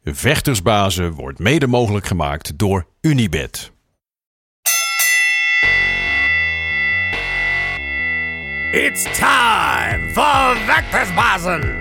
Vechtersbazen wordt mede mogelijk gemaakt door Unibet. It's time for Vechtersbazen!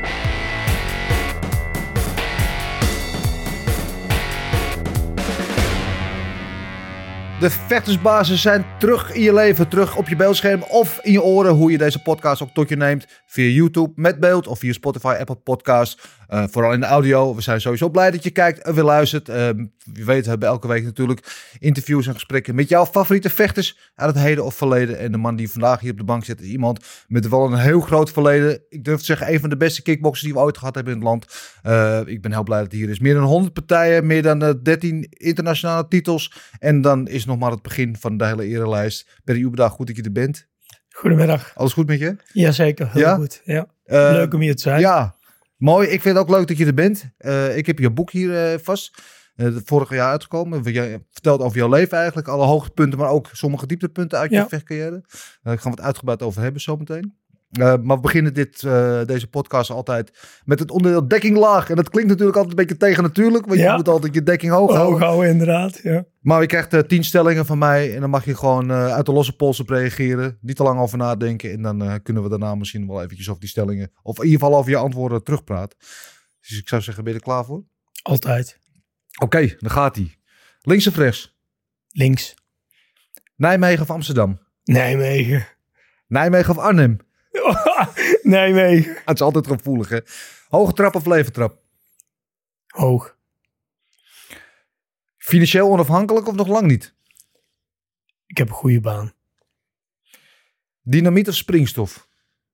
De Vechtersbazen zijn terug in je leven, terug op je beeldscherm of in je oren. Hoe je deze podcast ook tot je neemt. Via YouTube met beeld of via Spotify, Apple Podcasts. Vooral in de audio. We zijn sowieso blij dat je kijkt en weer luistert. Je weet, we hebben elke week natuurlijk interviews en gesprekken met jouw favoriete vechters uit het heden of verleden. En de man die vandaag hier op de bank zit is iemand met wel een heel groot verleden. Ik durf te zeggen, een van de beste kickboxers die we ooit gehad hebben in het land. Ik ben heel blij dat hij hier is. Meer dan 100 partijen, meer dan 13 internationale titels. En dan is nog maar het begin van de hele erelijst. Perry Uberdag, goed dat je er bent. Goedemiddag. Alles goed met je? Jazeker, heel goed. Ja. Leuk om hier te zijn. Ja, mooi. Ik vind het ook leuk dat je er bent. Ik heb je boek hier vast. Vorig jaar uitgekomen. Je vertelt over jouw leven eigenlijk. Alle hoogtepunten, maar ook sommige dieptepunten uit je vechtcarrière. Daar gaan we het uitgebreid over hebben zometeen. Maar we beginnen deze podcast altijd met het onderdeel dekking laag. En dat klinkt natuurlijk altijd een beetje tegennatuurlijk. Want je moet altijd je dekking hoog houden. Hoog houden, inderdaad. Ja. Maar je krijgt 10 stellingen van mij. En dan mag je gewoon uit de losse pols op reageren. Niet te lang over nadenken. En dan kunnen we daarna misschien wel eventjes over die stellingen. Of in ieder geval over je antwoorden terugpraten. Dus ik zou zeggen, ben je er klaar voor? Altijd. Oké, dan gaat hij. Links of rechts? Links. Nijmegen of Amsterdam? Nijmegen. Nijmegen of Arnhem? Nijmegen. Het is altijd gevoelig, hè? Hoge trap of leventrap? Hoog. Financieel onafhankelijk of nog lang niet? Ik heb een goede baan. Dynamiet of springstof?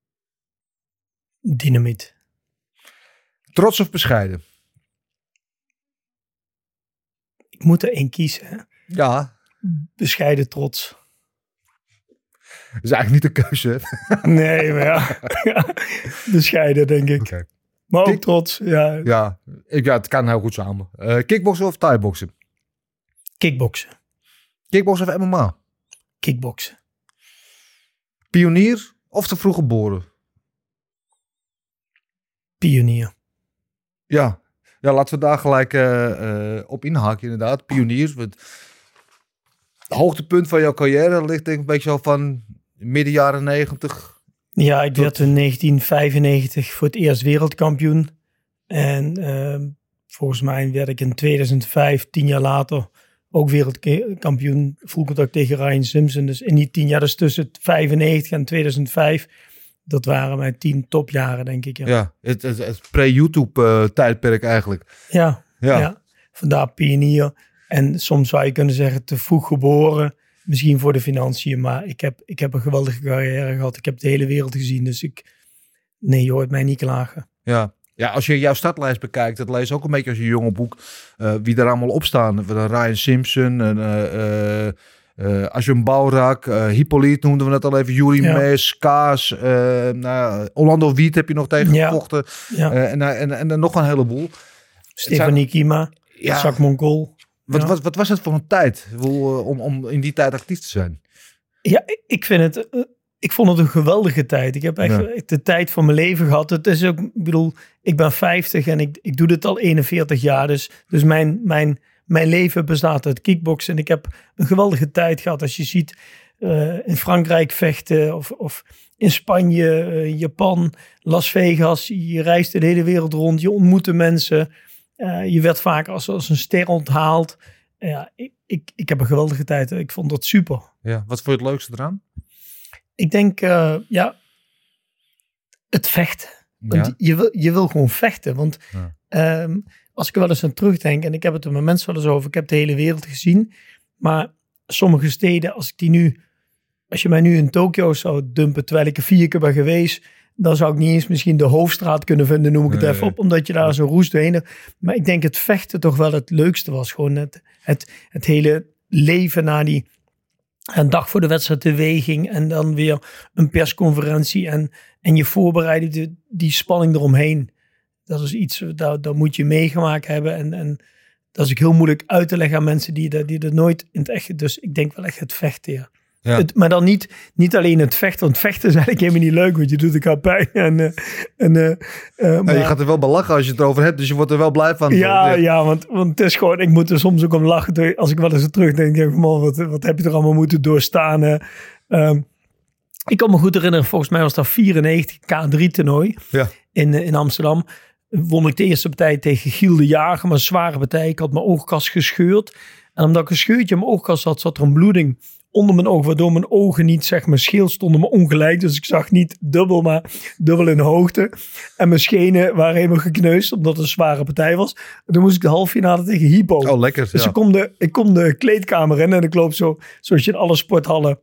Dynamiet. Trots of bescheiden? Ik moet er één kiezen, hè? Ja. Bescheiden trots. Dat is eigenlijk niet de keuze. Nee, maar ja. Bescheiden, denk ik. Okay. Maar ook trots, ja. Ja, het kan heel goed samen. Kickboksen of thai-boksen? Kickboksen. Kickboksen of MMA? Kickboksen. Pionier of te vroeg geboren? Pionier. Ja, laten we daar gelijk op inhaken inderdaad. Pionier. Het hoogtepunt van jouw carrière ligt denk ik een beetje zo van midden jaren 90. Ja, ik werd in 1995 voor het eerst wereldkampioen. En volgens mij werd ik in 2005, 10 jaar later, ook wereldkampioen. Full contact tegen Ryan Simpson. Dus in die 10 jaar, dus tussen 95 en 2005... Dat waren mijn 10 topjaren, denk ik. Ja, het pre-YouTube tijdperk eigenlijk. Ja. Vandaar pionier. En soms zou je kunnen zeggen te vroeg geboren. Misschien voor de financiën. Maar ik heb een geweldige carrière gehad. Ik heb de hele wereld gezien. Dus je hoort mij niet klagen. Ja, als je jouw startlijst bekijkt. Dat lees ook een beetje als een jonge boek. Wie er allemaal op staan. Ryan Simpson Arjun Baurak, Hippolyte noemden we net al even, Yuri Mes, Kaas, Orlando Wiet heb je nog tegen gevochten. Ja. En nog een heleboel. Stefanie Kima, Zak Mongol. Wat was het voor een tijd om in die tijd actief te zijn? Ja, ik vond het een geweldige tijd. Ik heb echt de tijd van mijn leven gehad. Het is ook, ik ben 50 en ik doe dit al 41 jaar. Dus mijn leven bestaat uit kickboksen. En ik heb een geweldige tijd gehad. Als je ziet in Frankrijk vechten of in Spanje, Japan, Las Vegas. Je reist de hele wereld rond. Je ontmoet de mensen. Je werd vaak als een ster onthaald. Ik heb een geweldige tijd. Ik vond dat super. Ja, wat vond je het leukste eraan? Ik denk, het vechten. Want je wil gewoon vechten. Want als ik er wel eens aan terugdenk, en ik heb het er met mensen wel eens over, ik heb de hele wereld gezien, maar sommige steden, als je mij nu in Tokio zou dumpen, terwijl ik er 4 keer ben geweest, dan zou ik niet eens misschien de hoofdstraat kunnen vinden, noem ik het even op, omdat je daar zo roest doorheen hebt. Maar ik denk het vechten toch wel het leukste was. Gewoon het hele leven na een dag voor de wedstrijd de weging en dan weer een persconferentie en je voorbereiden, die spanning eromheen. Dat is iets, dat moet je meegemaakt hebben en dat is ook heel moeilijk uit te leggen aan mensen die er nooit in het echt. Dus ik denk wel echt het vechten, ja. Ja. Maar dan niet alleen het vechten. Want vechten is eigenlijk helemaal niet leuk. Want je doet elkaar pijn. Maar je gaat er wel bij lachen als je het erover hebt. Dus je wordt er wel blij van. Ja, want het is gewoon... Ik moet er soms ook om lachen. Als ik wel eens terugdenk. Denk ik, man, wat heb je er allemaal moeten doorstaan? Ik kan me goed herinneren. Volgens mij was dat 94 K3-toernooi. Ja. In Amsterdam. Won ik de eerste partij tegen Giel de Jager. Maar een zware partij. Ik had mijn oogkas gescheurd. En omdat ik een scheurtje in mijn oogkas had, zat er een bloeding onder mijn oog, waardoor mijn ogen niet, zeg maar, scheel stonden me ongelijk. Dus ik zag niet dubbel, maar dubbel in hoogte. En mijn schenen waren helemaal gekneusd, omdat het een zware partij was. En toen moest ik de halve finale tegen Hypo. Oh, lekker. Dus ja. ik kom de kleedkamer in en ik loop zo, zoals je in alle sporthallen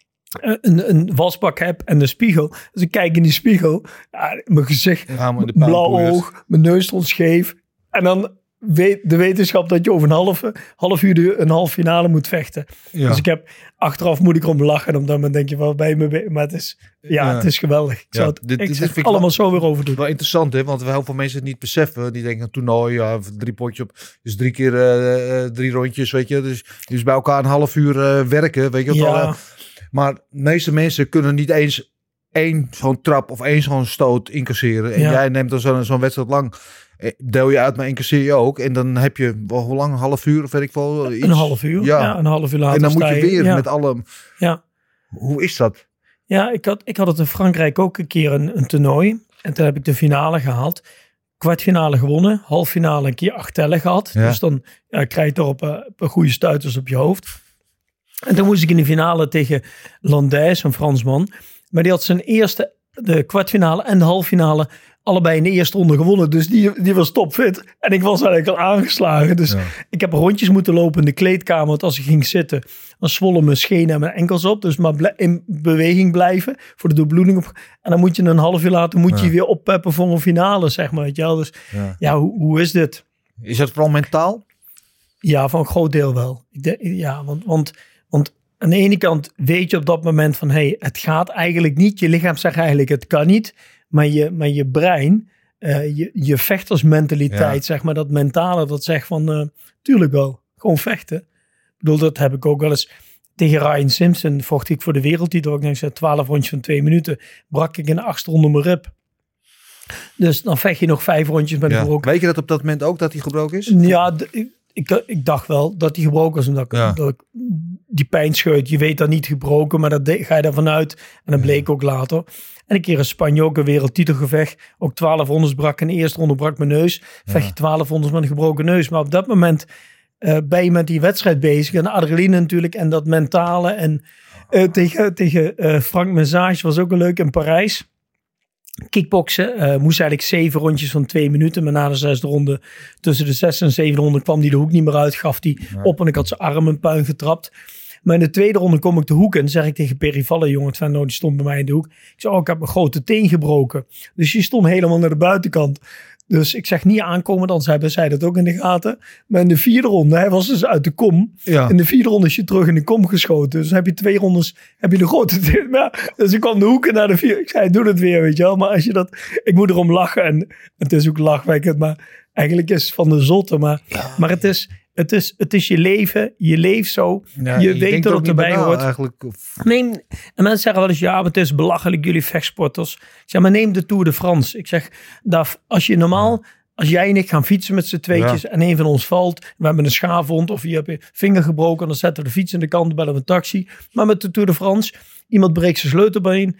een wasbak hebt en een spiegel. Dus ik kijk in die spiegel, mijn gezicht, blauw oog, mijn neus stond scheef. En dan de wetenschap dat je over een half uur een halve finale moet vechten. Ja. Dus achteraf moet ik erom lachen. En op dat moment denk je wel bij me. Maar het is, het is geweldig. Ik zou het allemaal zo weer over doen. Wel interessant, hè? Want heel veel mensen het niet beseffen. Die denken, een toernooi, 3 potjes op. Dus 3 keer 3 rondjes, weet je. Dus bij elkaar een half uur werken, weet je. Ja. Maar de meeste mensen kunnen niet eens 1 zo'n trap of 1 zo'n stoot incasseren. En jij neemt dan zo'n wedstrijd lang. Deel je uit, maar incasseer je ook. En dan heb je, hoe lang, een half uur of weet ik veel? Iets. Een half uur, ja, een half uur later. En dan moet je weer met alle... Ja. Hoe is dat? Ja, ik had het in Frankrijk ook een keer een toernooi. En toen heb ik de finale gehaald. Kwartfinale gewonnen. Halffinale een keer 8 tellen gehad. Ja. Dus dan krijg je toch op een goede stuiters op je hoofd. En toen moest ik in de finale tegen Landijs, een Fransman. Maar die had zijn eerste, de kwartfinale en de halffinale allebei in de eerste ronde gewonnen. Dus die was topfit. En ik was eigenlijk al aangeslagen. Dus ik heb rondjes moeten lopen in de kleedkamer. Want als ik ging zitten, dan zwollen mijn schenen en mijn enkels op. Dus maar in beweging blijven voor de doorbloeding. En dan moet je een half uur later je weer oppeppen voor een finale, zeg maar. Weet je wel? Dus hoe is dit? Is dat vooral mentaal? Ja, van een groot deel wel. Want aan de ene kant weet je op dat moment van... het gaat eigenlijk niet. Je lichaam zegt eigenlijk, het kan niet. Maar je brein, je vechtersmentaliteit, zeg maar, dat mentale, dat zegt van, tuurlijk wel, gewoon vechten. Ik bedoel, dat heb ik ook wel eens tegen Ryan Simpson, vocht ik voor de wereldtitel. Ik denk, 12 rondjes van 2 minuten, brak ik in de 8e ronde mijn rib. Dus dan vecht je nog 5 rondjes met een gebroken. Weet je dat op dat moment ook dat hij gebroken is? Ja, ik dacht wel dat hij gebroken was, omdat ik die pijn scheut. Je weet dat niet gebroken, maar dat ga je ervan uit. En dat bleek ook later. En een keer in Spanje ook een wereldtitelgevecht. Ook 12 rondes brak. In de eerste ronde brak mijn neus. Vecht je 12 rondes met een gebroken neus. Maar op dat moment ben je met die wedstrijd bezig. En de adrenaline natuurlijk. En dat mentale. En tegen Frank Message was ook een leuk in Parijs. Kickboksen. Moest eigenlijk 7 rondjes van 2 minuten. Maar na de 6e ronde, tussen de 6e en 7e ronde, kwam die de hoek niet meer uit. Gaf die op en ik had zijn arm in puin getrapt. Maar in de 2e ronde kom ik de hoek in. Zeg ik tegen Perry Valle, jongen, die stond bij mij in de hoek. Ik zei, ik heb mijn grote teen gebroken. Dus die stond helemaal naar de buitenkant. Dus ik zeg niet aankomen, dan hebben zij dat ook in de gaten. Maar in de 4e ronde, hij was dus uit de kom. Ja. In de 4e ronde is je terug in de kom geschoten. Dus heb je 2 rondes, heb je de grote teen. Dus ik kwam de hoeken naar de 4. Ik zei, doe het weer, weet je wel. Maar als je dat, ik moet erom lachen. En het is ook lachwekkend, maar eigenlijk is het van de zotte. Maar het is je leven. Je leeft zo. Ja, je weet dat het erbij hoort. Eigenlijk. Nee, en mensen zeggen wel eens, maar het is belachelijk, jullie vechtsporters. Ik zeg, maar neem de Tour de France. Ik zeg, als jij en ik gaan fietsen met z'n tweetjes en een van ons valt, we hebben een schaafwond of je hebt je vinger gebroken, dan zetten we de fiets in de kant, bellen we een taxi. Maar met de Tour de France, iemand breekt zijn sleutelbeen,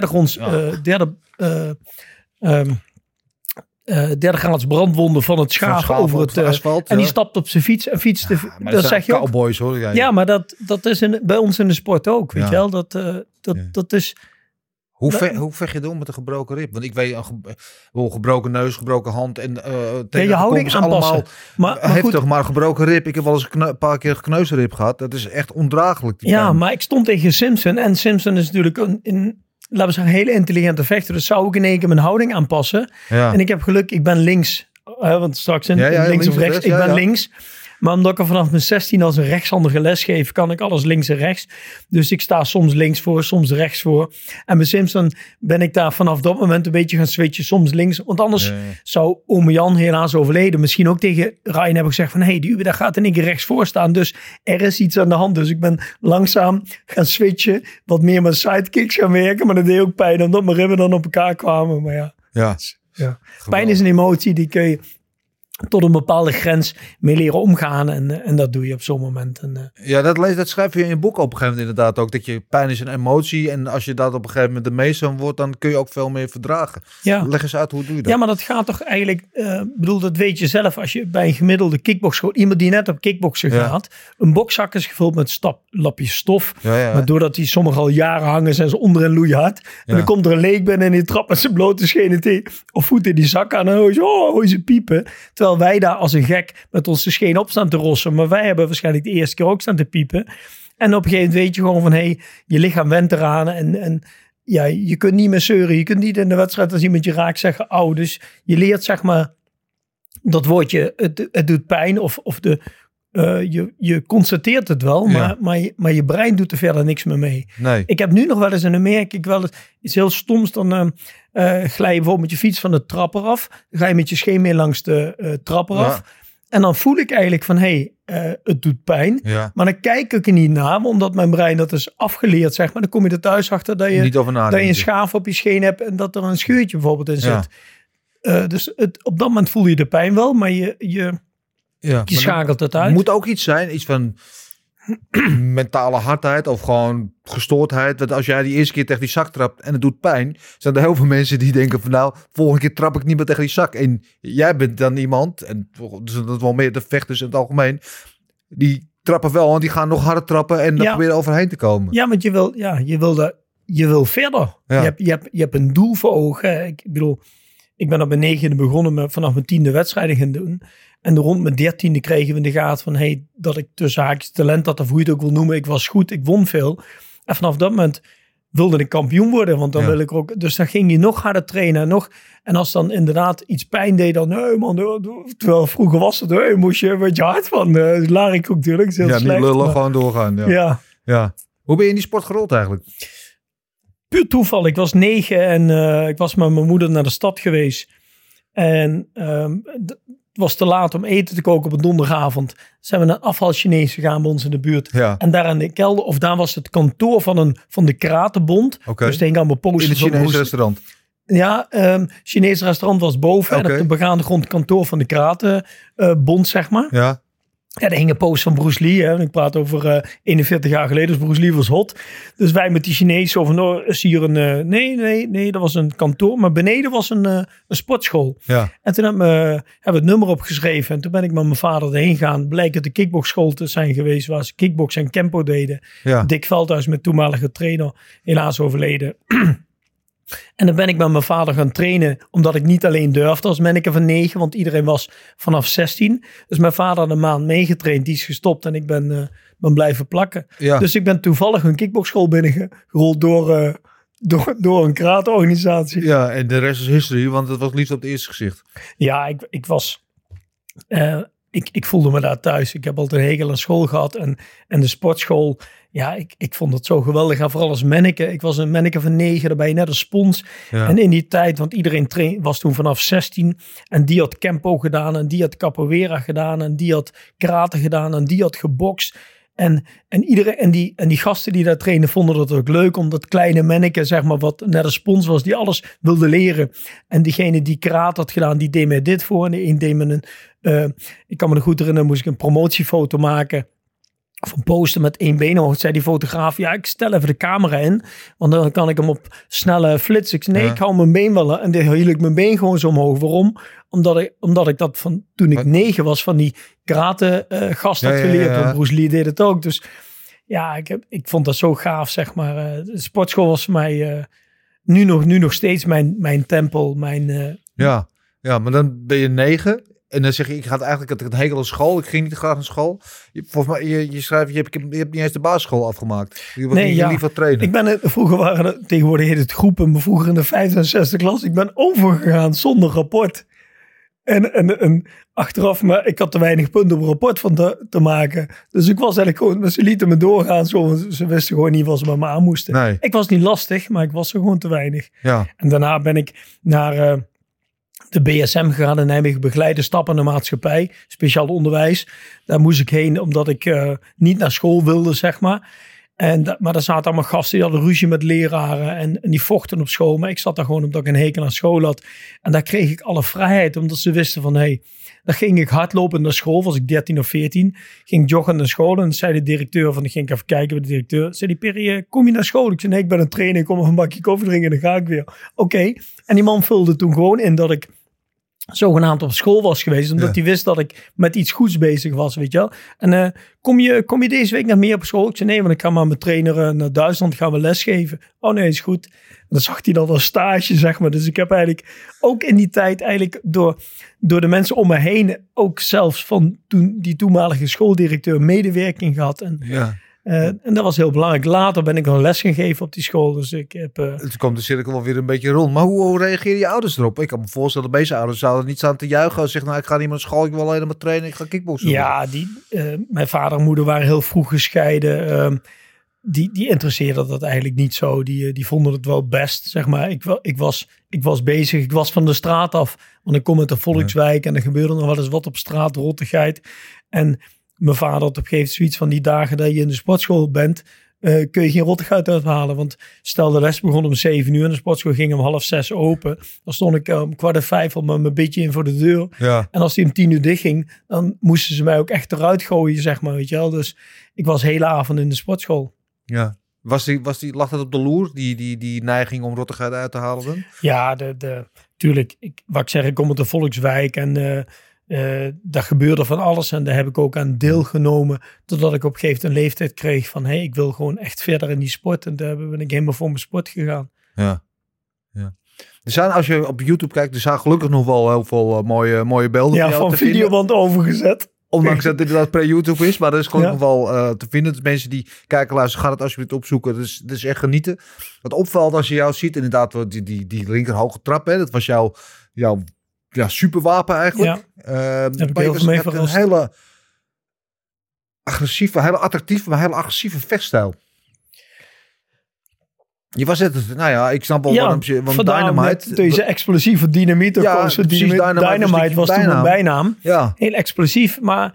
derde graads brandwonden van het schaven over het asfalt. En die stapt op zijn fiets en fietst. Dat zeg je cowboys, hoor. Ja, maar dat is bij ons in de sport ook. Weet je wel? Dat is... Hoe vecht je door met een gebroken rib? Want ik weet, gebroken neus, gebroken hand en je houding aanpassen. Maar heftig, maar gebroken rib. Ik heb wel eens een paar keer gekneusde rib gehad. Dat is echt ondraaglijk. Maar ik stond tegen Simpson. En Simpson is natuurlijk laten we zeggen, een hele intelligente vechter. Dus zou ik in één keer mijn houding aanpassen. Ja. En ik heb geluk, ik ben links. Want straks links of rechts. Ik ben links. Maar omdat ik er vanaf mijn 16 als een rechtshandige les geef, kan ik alles links en rechts. Dus ik sta soms links voor, soms rechts voor. En bij Simpson ben ik daar vanaf dat moment een beetje gaan switchen. Soms links, want anders zou ome Jan helaas overleden. Misschien ook tegen Ryan hebben gezegd van, hey, die Uwe daar gaat in één keer rechts voor staan. Dus er is iets aan de hand. Dus ik ben langzaam gaan switchen. Wat meer met sidekicks gaan werken. Maar dat deed ook pijn, omdat mijn ribben dan op elkaar kwamen. Maar ja. Pijn is een emotie, die kun je tot een bepaalde grens mee leren omgaan. En dat doe je op zo'n moment. Ja, dat schrijf je in je boek op een gegeven moment inderdaad ook. Dat je pijn is een emotie. En als je dat op een gegeven moment de meester wordt, dan kun je ook veel meer verdragen. Ja. Leg eens uit, hoe doe je dat? Ja, maar dat gaat toch eigenlijk... dat weet je zelf. Als je bij een gemiddelde kickboxschool, iemand die net op kickboksen gaat, een bokzak is gevuld met lapjes stof. Ja. Maar doordat die sommige al jaren hangen, zijn ze onder en loeihard. En dan komt er een leek binnen en die trapt met zijn blote schenen of voet in die zak aan. En dan hoor je ze piepen. Terwijl wij daar als een gek met onze scheen op staan te rossen. Maar wij hebben waarschijnlijk de eerste keer ook staan te piepen. En op een gegeven moment weet je gewoon van, hey, je lichaam went eraan. En ja, je kunt niet meer zeuren. Je kunt niet in de wedstrijd als iemand je raakt zeggen, auw. Dus je leert zeg maar dat woordje, het doet pijn. Of je constateert het wel, maar je brein doet er verder niks meer mee. Nee. Ik heb nu nog wel eens, en dan merk ik wel eens iets heel stoms, dan glij je bijvoorbeeld met je fiets van de trap eraf. Dan ga je met je scheen mee langs de trap eraf. En dan voel ik eigenlijk van, het doet pijn. Ja. Maar dan kijk ik er niet naar, omdat mijn brein dat is afgeleerd, zeg maar. Dan kom je er thuis achter dat je een schaaf op je scheen hebt en dat er een scheurtje bijvoorbeeld in zit. Dus op dat moment voel je de pijn wel, maar je schakelt het uit. Er moet ook iets zijn, iets van mentale hardheid of gewoon gestoordheid. Want als jij die eerste keer tegen die zak trapt en het doet pijn, zijn er heel veel mensen die denken van, nou, volgende keer trap ik niet meer tegen die zak. En jij bent dan iemand, en dus dat is wel meer de vechters in het algemeen, die trappen wel, want die gaan nog harder trappen en dan proberen overheen te komen. Ja, want je wil verder. Ja. Je hebt een doel voor ogen. Ik bedoel, ik ben op mijn 9e begonnen met vanaf mijn 10e wedstrijden gaan doen. En rond mijn 13e kregen we in de gaten van, dat ik tussen haakjes talent had, of hoe je het ook wil noemen. Ik was goed, ik won veel. En vanaf dat moment wilde ik kampioen worden, want dan wil ik ook. Dus dan ging je nog harder trainen. En als dan inderdaad iets pijn deed, dan, nee man, terwijl vroeger was het, moest je met je hart van. Laar ik ook natuurlijk, is heel slecht. Niet lullen, gewoon doorgaan. Ja. Hoe ben je in die sport gerold eigenlijk? Puur toeval. Ik was 9 en ik was met mijn moeder naar de stad geweest. En het was te laat om eten te koken op een donderdagavond. Zijn we naar afval Chinees gegaan bij ons in de buurt. Ja. En daar in de kelder, of daar was het kantoor van de Kratenbond. Okay. Dus denk allemaal posters. In het Chinese restaurant? Ja, Chinese restaurant was boven. Okay. En op de begaande grond kantoor van de Kratenbond, zeg maar. Ja. Ja, er hing een post van Bruce Lee. Hè. Ik praat over 41 jaar geleden. Dus Bruce Lee was hot. Dus wij met die Chinezen over, is hier een... Nee, dat was een kantoor. Maar beneden was een sportschool. Ja. En toen hebben we het nummer opgeschreven. En toen ben ik met mijn vader erheen gegaan. Blijkt het de kickboxschool te zijn geweest. Waar ze kickbox en kempo deden. Ja. Dick Veldhuis, met toenmalige trainer. Helaas overleden. En dan ben ik met mijn vader gaan trainen, omdat ik niet alleen durfde als manneke van 9, want iedereen was vanaf 16. Dus mijn vader had een maand meegetraind, die is gestopt en ik ben blijven plakken. Ja. Dus ik ben toevallig een kickboxschool binnengerold door een kraatorganisatie. Ja, en de rest is history, want het was liefst op het eerste gezicht. Ja, ik was... Ik voelde me daar thuis. Ik heb altijd een hekel aan school gehad en de sportschool... Ja, ik vond het zo geweldig. En vooral als manneke. Ik was een manneke van 9, daar ben je net een spons. Ja. En in die tijd, want iedereen was toen vanaf 16. En die had kempo gedaan. En die had capoeira gedaan. En die had karate gedaan. En die had gebokst. En iedereen, en die gasten die daar trainen vonden dat ook leuk. Omdat kleine manneke, zeg maar, wat net een spons was. Die alles wilde leren. En diegene die karate had gedaan, die deed mij dit voor. En de een deed me ik kan me nog goed herinneren, moest ik een promotiefoto maken. Of een poster met 1 been omhoog. Zei die fotograaf, ja, ik stel even de camera in. Want dan kan ik hem op snelle flits. Ik zei, nee, ik hou mijn been wel. En dan hield ik mijn been gewoon zo omhoog. Waarom? Omdat ik dat van toen ik 9 was, van die karate gast had geleerd. Want Bruce Lee deed het ook. Dus ja, ik vond dat zo gaaf, zeg maar. De sportschool was voor mij nu nog steeds mijn tempel. Ja, maar dan ben je 9... En dan zeg je, ik had een hekel aan school. Ik ging niet graag naar school. Volgens mij, je schrijft, je hebt niet eens de basisschool afgemaakt. Je wilt liever trainen. Vroeger tegenwoordig heet het groepen. Maar vroeger in de 5e en 6e klas. Ik ben overgegaan zonder rapport. En achteraf, maar ik had te weinig punten om een rapport van te maken. Dus ik was eigenlijk gewoon, ze lieten me doorgaan. Ze wisten gewoon niet wat ze met me aan moesten. Nee. Ik was niet lastig, maar ik was er gewoon te weinig. Ja. En daarna ben ik naar de BSM gegaan in Nijmegen, begeleide stappen naar maatschappij, speciaal onderwijs. Daar moest ik heen omdat ik niet naar school wilde, zeg maar. Maar daar zaten allemaal gasten die hadden ruzie met leraren en die vochten op school. Maar ik zat daar gewoon omdat ik een hekel aan school had. En daar kreeg ik alle vrijheid, omdat ze wisten van, dan ging ik hardlopen naar school, was ik 13 of 14. Ging joggen naar school en zei de directeur van, dan ging ik even kijken bij de directeur. Zei die, Perry, kom je naar school? Ik zei, nee, ik ben een trainer, ik kom nog een bakje koffie drinken en dan ga ik weer. Oké. En die man vulde toen gewoon in dat ik zogenaamd op school was geweest, omdat hij wist dat ik met iets goeds bezig was, weet je wel. En kom je deze week nog meer op school? Ik zei, nee, want ik ga maar met trainer naar Duitsland, gaan we lesgeven. Oh nee, is goed. En dan zag hij dat als stage, zeg maar. Dus ik heb eigenlijk ook in die tijd eigenlijk door de mensen om me heen, ook zelfs van die toenmalige schooldirecteur, medewerking gehad. En dat was heel belangrijk. Later ben ik nog les gaan geven op die school. Dus ik heb... Het komt de cirkel wel weer een beetje rond. Maar hoe reageren je ouders erop? Ik kan me voorstellen, de meeste ouders zouden niet staan te juichen. Als zeggen, nou, ik ga niet meer naar school, ik wil alleen maar trainen, ik ga kickboksen. Ja, mijn vader en moeder waren heel vroeg gescheiden. Die interesseerden dat eigenlijk niet zo. Die vonden het wel best, zeg maar. Ik was bezig, ik was van de straat af. Want ik kom uit de Volkswijk en er gebeurde nog wel eens wat op straat, rottigheid. En mijn vader had op een gegeven moment zoiets van, die dagen dat je in de sportschool bent, kun je geen rottigheid uithalen. Want stel de les begon om 7 uur en de sportschool ging om 5:30 open. Dan stond ik om 4:45 al met mijn beetje in voor de deur. Ja. En als die om 10 uur dicht ging, dan moesten ze mij ook echt eruit gooien, zeg maar. Weet je wel? Dus ik was hele avond in de sportschool. Ja. Lag dat op de loer, die neiging om rottigheid uit te halen dan? Ja, tuurlijk. Wat ik zeg, ik kom uit de Volkswijk en daar gebeurde van alles en daar heb ik ook aan deelgenomen totdat ik op een gegeven moment een leeftijd kreeg van ik wil gewoon echt verder in die sport en daar ben ik helemaal voor mijn sport gegaan. Ja. Er zijn, als je op YouTube kijkt, er zijn gelukkig nog wel heel veel mooie beelden. Ja, van videoband overgezet. Ondanks dat het inderdaad pre-YouTube is, maar er is gelukkig wel te vinden. Dus mensen die kijken, luisteren, ga het alsjeblieft opzoeken. Dus het is echt genieten. Wat opvalt als je jou ziet, inderdaad, die linkerhoge trap, hè, dat was jouw superwapen eigenlijk. Ja, heb ik heel veel mee verrast. Een hele agressieve, hele attractieve, maar hele agressieve vechtstijl. Je was het, ik snap wel waarom Dynamite. Deze explosieve dynamiet. Ja, Dynamite was toen mijn bijnaam. Ja. Heel explosief, maar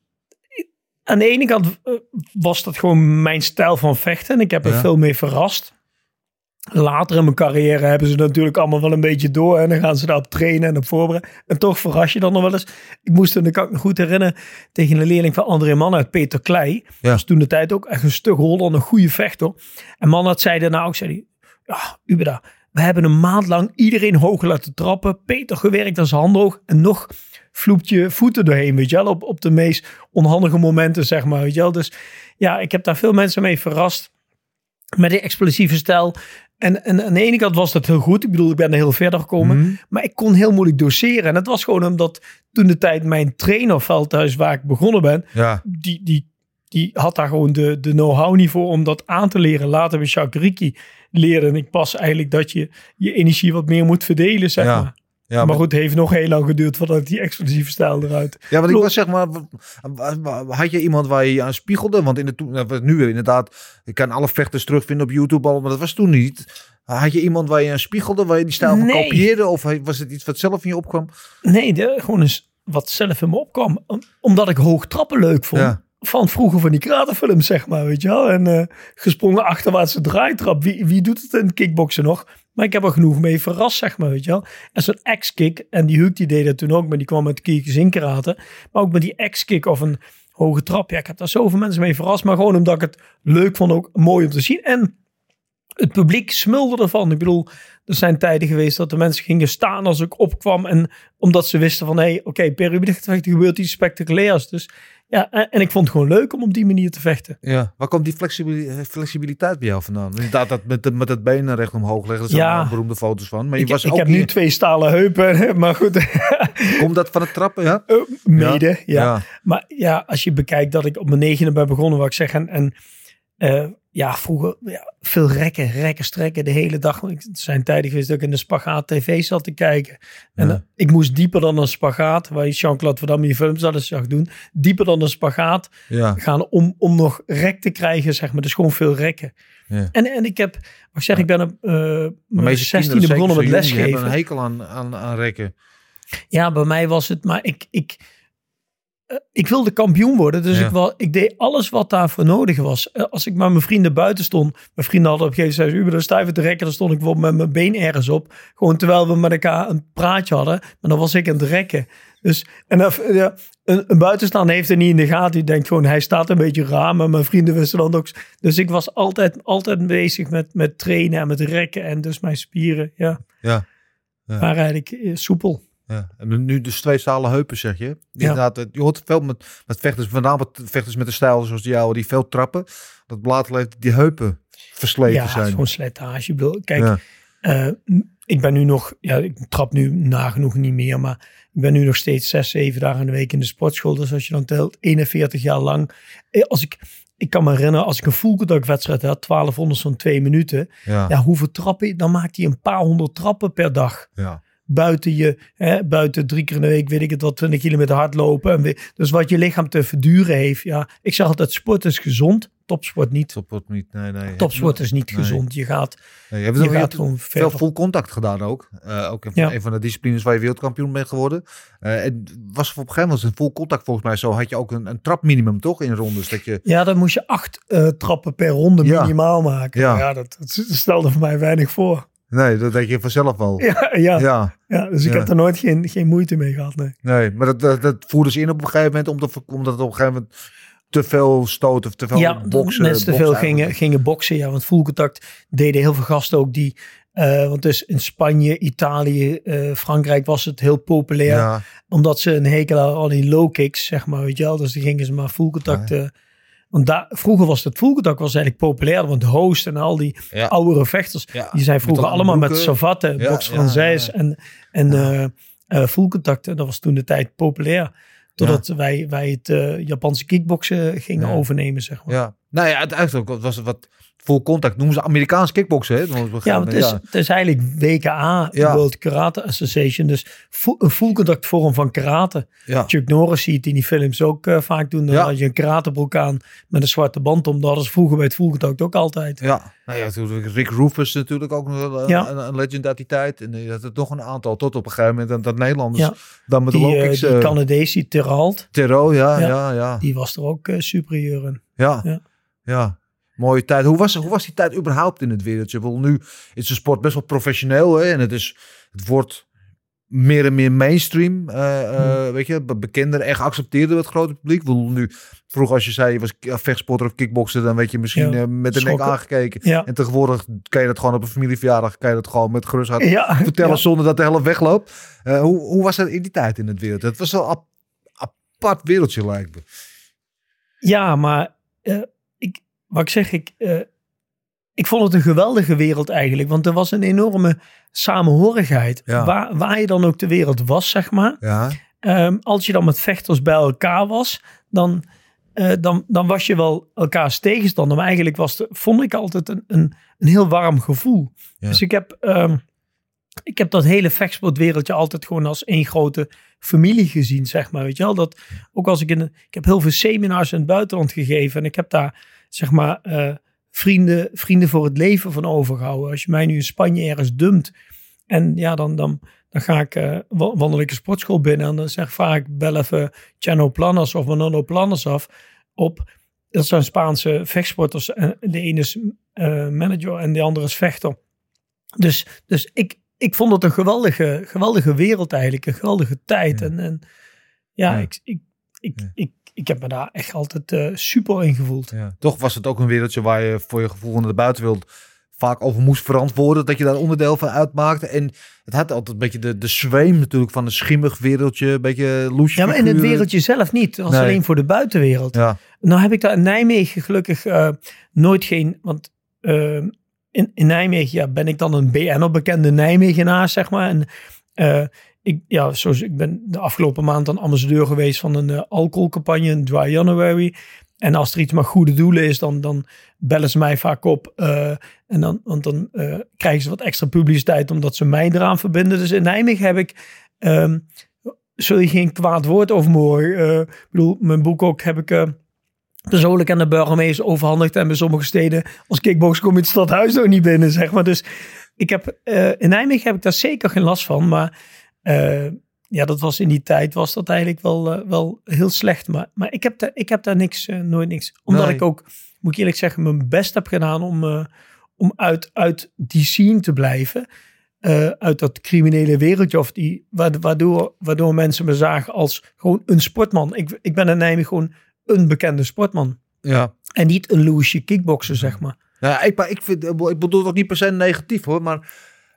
aan de ene kant was dat gewoon mijn stijl van vechten. En ik heb er veel mee verrast. Later in mijn carrière hebben ze natuurlijk allemaal wel een beetje door. En dan gaan ze daarop trainen en op voorbereiden. En toch verras je dan nog wel eens. Ik moest toen, dat kan ik me goed herinneren, tegen een leerling van André Manhart, Peter Klei. Ja. Dat was toen de tijd ook echt een stuk Hollander, een goede vechter. En Manhart zei daarna ook, Ubeda, we hebben een maand lang iedereen hoog laten trappen. Peter gewerkt als handhoog. En nog vloept je voeten doorheen, weet je wel. Op de meest onhandige momenten, zeg maar, weet je wel. Dus ja, ik heb daar veel mensen mee verrast. Met die explosieve stijl. En aan de ene kant was dat heel goed. Ik bedoel, ik ben er heel verder gekomen. Mm-hmm. Maar ik kon heel moeilijk doseren. En het was gewoon omdat toen de tijd mijn trainer Veldhuis, waar ik begonnen ben, die had daar gewoon de know-how niet voor om dat aan te leren. Later bij Jacques Ricci leerde ik pas eigenlijk dat je energie wat meer moet verdelen, zeg maar. Ja, maar goed, het heeft nog heel lang geduurd voordat die explosieve stijl eruit. Ja, want ik was zeg maar, had je iemand waar je aan spiegelde? Want nu inderdaad, ik kan alle vechters terugvinden op YouTube al, maar dat was toen niet. Had je iemand waar je aan spiegelde, waar je die stijl van kopieerde? Of was het iets wat zelf in je opkwam? Nee, gewoon eens wat zelf in me opkwam. Omdat ik hoog trappen leuk vond. Ja. Van vroeger van die kratenfilms, zeg maar, weet je wel. En gesprongen achterwaartse draaitrap. Wie doet het in kickboksen nog? Maar ik heb er genoeg mee verrast, zeg maar, weet je wel. En zo'n X-kick, en die Huck die deed dat toen ook, maar die kwam met Kyrgyzstan karate. Maar ook met die X-kick of een hoge trap. Ja, ik heb daar zoveel mensen mee verrast. Maar gewoon omdat ik het leuk vond, ook mooi om te zien. En het publiek smulde ervan. Ik bedoel, er zijn tijden geweest dat de mensen gingen staan als ik opkwam. En omdat ze wisten van, per er gebeurt iets spectaculairs. Dus ja, en ik vond het gewoon leuk om op die manier te vechten. Ja, waar komt die flexibiliteit bij jou vandaan? Inderdaad, dat met het been recht omhoog leggen, daar zijn beroemde foto's van. Maar ik heb nu 2 stalen heupen, maar goed. Komt dat van het trappen, ja? Mede, ja. Maar ja, als je bekijkt dat ik op mijn 9e ben begonnen, wat ik zeg, en vroeger veel rekken, strekken de hele dag. Er zijn tijden geweest dat ik in de spagaat tv zat te kijken. En ik moest dieper dan een spagaat, waar je Jean-Claude Van Damme in je films al eens zag doen. Dieper dan een spagaat gaan om nog rek te krijgen, zeg maar. Dus gewoon veel rekken. Ja. En ik heb, ik ben op mijn 16e begonnen met lesgeven. Je hebt een hekel aan rekken. Ja, bij mij was het, maar ik wilde kampioen worden, dus ik deed alles wat daarvoor nodig was. Als ik met mijn vrienden buiten stond, mijn vrienden hadden op een gegeven moment Uber stijven te rekken, dan stond ik bijvoorbeeld met mijn been ergens op, gewoon terwijl we met elkaar een praatje hadden, maar dan was ik aan het rekken. Dus, een buitenstaander heeft er niet in de gaten, die denkt gewoon, hij staat een beetje raar, maar mijn vrienden wisten dan ook. Dus ik was altijd bezig met trainen en met rekken en dus mijn spieren, waren eigenlijk soepel. Ja, en nu dus 2 stalen heupen, zeg je. Inderdaad, je hoort veel met vechters, voornamelijk vechters met een stijl zoals jou, die veel trappen. Dat later heeft die heupen versleten zijn. Ja, het is gewoon slijtage. Ik bedoel, kijk, ik ben nu nog, ik trap nu nagenoeg niet meer, maar ik ben nu nog steeds 6, 7 dagen in de week in de sportschool. Dus als je dan telt, 41 jaar lang. Ik kan me herinneren, als ik een full contact wedstrijd had, 1200 zo'n 2 minuten. Ja, hoeveel trappen? Dan maakt hij een paar 100 trappen per dag. Ja. Buiten 3 keer in de week, weet ik het wat, 20 kilometer hardlopen. Dus wat je lichaam te verduren heeft. Ja, ik zeg altijd, sport is gezond. Topsport niet. Nee. Topsport is niet gezond. Je gaat gewoon veel full contact gedaan ook. Ook een van de disciplines waar je wereldkampioen bent geworden. En was op een gegeven moment een full contact volgens mij zo. Had je ook een trapminimum toch in rondes? Dat je... Ja, dan moest je 8 trappen per ronde minimaal maken. Ja, dat stelde voor mij weinig voor. Nee, dat denk je vanzelf wel. Ja, dus ik heb er nooit geen moeite mee gehad. Nee, maar dat voerde ze in op een gegeven moment, omdat het op een gegeven moment te veel stoten of te veel boksen. Mensen te veel gingen boksen, want full contact deden heel veel gasten ook die... want dus in Spanje, Italië, Frankrijk was het heel populair. Omdat ze een hekel hadden aan die low kicks, zeg maar, weet je wel. Dus dan gingen ze maar full contact... Want vroeger was het full contact eigenlijk populair. Want Host en al die oudere vechters, die zijn vroeger allemaal met savatte, box Française en full contact. Dat was toen de tijd populair. Totdat wij het Japanse kickboksen gingen overnemen, zeg maar. Ja, nou ja, uiteindelijk was het wat... Full contact noemen ze Amerikaans kickboksen. Hè? Het is eigenlijk WKA, World Karate Association. Dus een full contact vorm van karate. Ja. Chuck Norris ziet in die films ook vaak doen. Dan had je een karatebroek aan met een zwarte band om. Dat hadden ze vroeger bij het full contact ook altijd. Ja, Rick Rufus natuurlijk ook nog een legend uit die tijd. En je had het nog een aantal tot op een gegeven moment dat Nederlanders dan met de low kicks. Die Canadees, die Terralt. Ja. Die was er ook superieur in. Ja. Mooie tijd. Hoe was die tijd überhaupt in het wereldje? Nu is de sport best wel professioneel. Hè? En het wordt meer en meer mainstream. Weet je, bekender en geaccepteerd door het grote publiek. Nu, vroeger als je zei, je was vechtsporter of kickbokser, dan werd je misschien met de nek aangekeken. Ja. En tegenwoordig kan je dat gewoon op een familieverjaardag, kan je dat gewoon met gerustheid vertellen zonder dat de helft wegloopt. Hoe was dat in die tijd in het wereld? Het was wel een apart wereldje, lijkt me. Ja, maar wat ik zeg, ik vond het een geweldige wereld eigenlijk. Want er was een enorme samenhorigheid. Ja. Waar je dan ook de wereld was, zeg maar. Ja. Als je dan met vechters bij elkaar was, dan was je wel elkaars tegenstander. Maar eigenlijk vond ik altijd een heel warm gevoel. Ja. Dus ik heb dat hele vechtsportwereldje altijd gewoon als één grote familie gezien, zeg maar. Weet je wel? Dat, ook als ik heb heel veel seminars in het buitenland gegeven. En ik heb daar, zeg maar, vrienden voor het leven van overgehouden. Als je mij nu in Spanje ergens dumpt. En ja, dan ga ik, wandel ik een sportschool binnen. En dan zeg vaak, bel even Chano Planas of Manolo Planas op. Dat zijn Spaanse vechtsporters. De ene is manager en de andere is vechter. Dus ik vond het een geweldige wereld eigenlijk. Een geweldige tijd. Ja. Ik heb me daar echt altijd super in gevoeld. Ja. Toch was het ook een wereldje waar je voor je gevoel naar de buitenwereld vaak over moest verantwoorden. Dat je daar onderdeel van uitmaakte. En het had altijd een beetje de zweem natuurlijk van een schimmig wereldje. Een beetje loesje. Ja, maar in het wereldje zelf niet. Het was alleen voor de buitenwereld. Ja. Nou heb ik daar in Nijmegen gelukkig nooit geen... Want in Nijmegen ben ik dan een BN'er bekende Nijmegenaar, zeg maar. En ik ben de afgelopen maand dan ambassadeur geweest van een alcoholcampagne, een Dry January. En als er iets maar goede doelen is, dan bellen ze mij vaak op. Want dan krijgen ze wat extra publiciteit omdat ze mij eraan verbinden. Dus in Nijmegen heb ik, zul je geen kwaad woord over me horen. Ik bedoel, mijn boek ook heb ik persoonlijk aan de burgemeester overhandigd. En bij sommige steden als kickboxer kom je het stadhuis ook niet binnen, zeg maar. Dus ik heb, in Nijmegen heb ik daar zeker geen last van. Maar dat was in die tijd was dat eigenlijk wel heel slecht. Maar ik heb daar nooit niks. Omdat ik ook, moet ik eerlijk zeggen, mijn best heb gedaan om uit die scene te blijven. Uit dat criminele wereldje. Of waardoor mensen me zagen als gewoon een sportman. Ik ben in Nijmegen gewoon een bekende sportman. Ja. En niet een loesje kickbokser, zeg maar. Ja, ik bedoel het niet per se negatief hoor, maar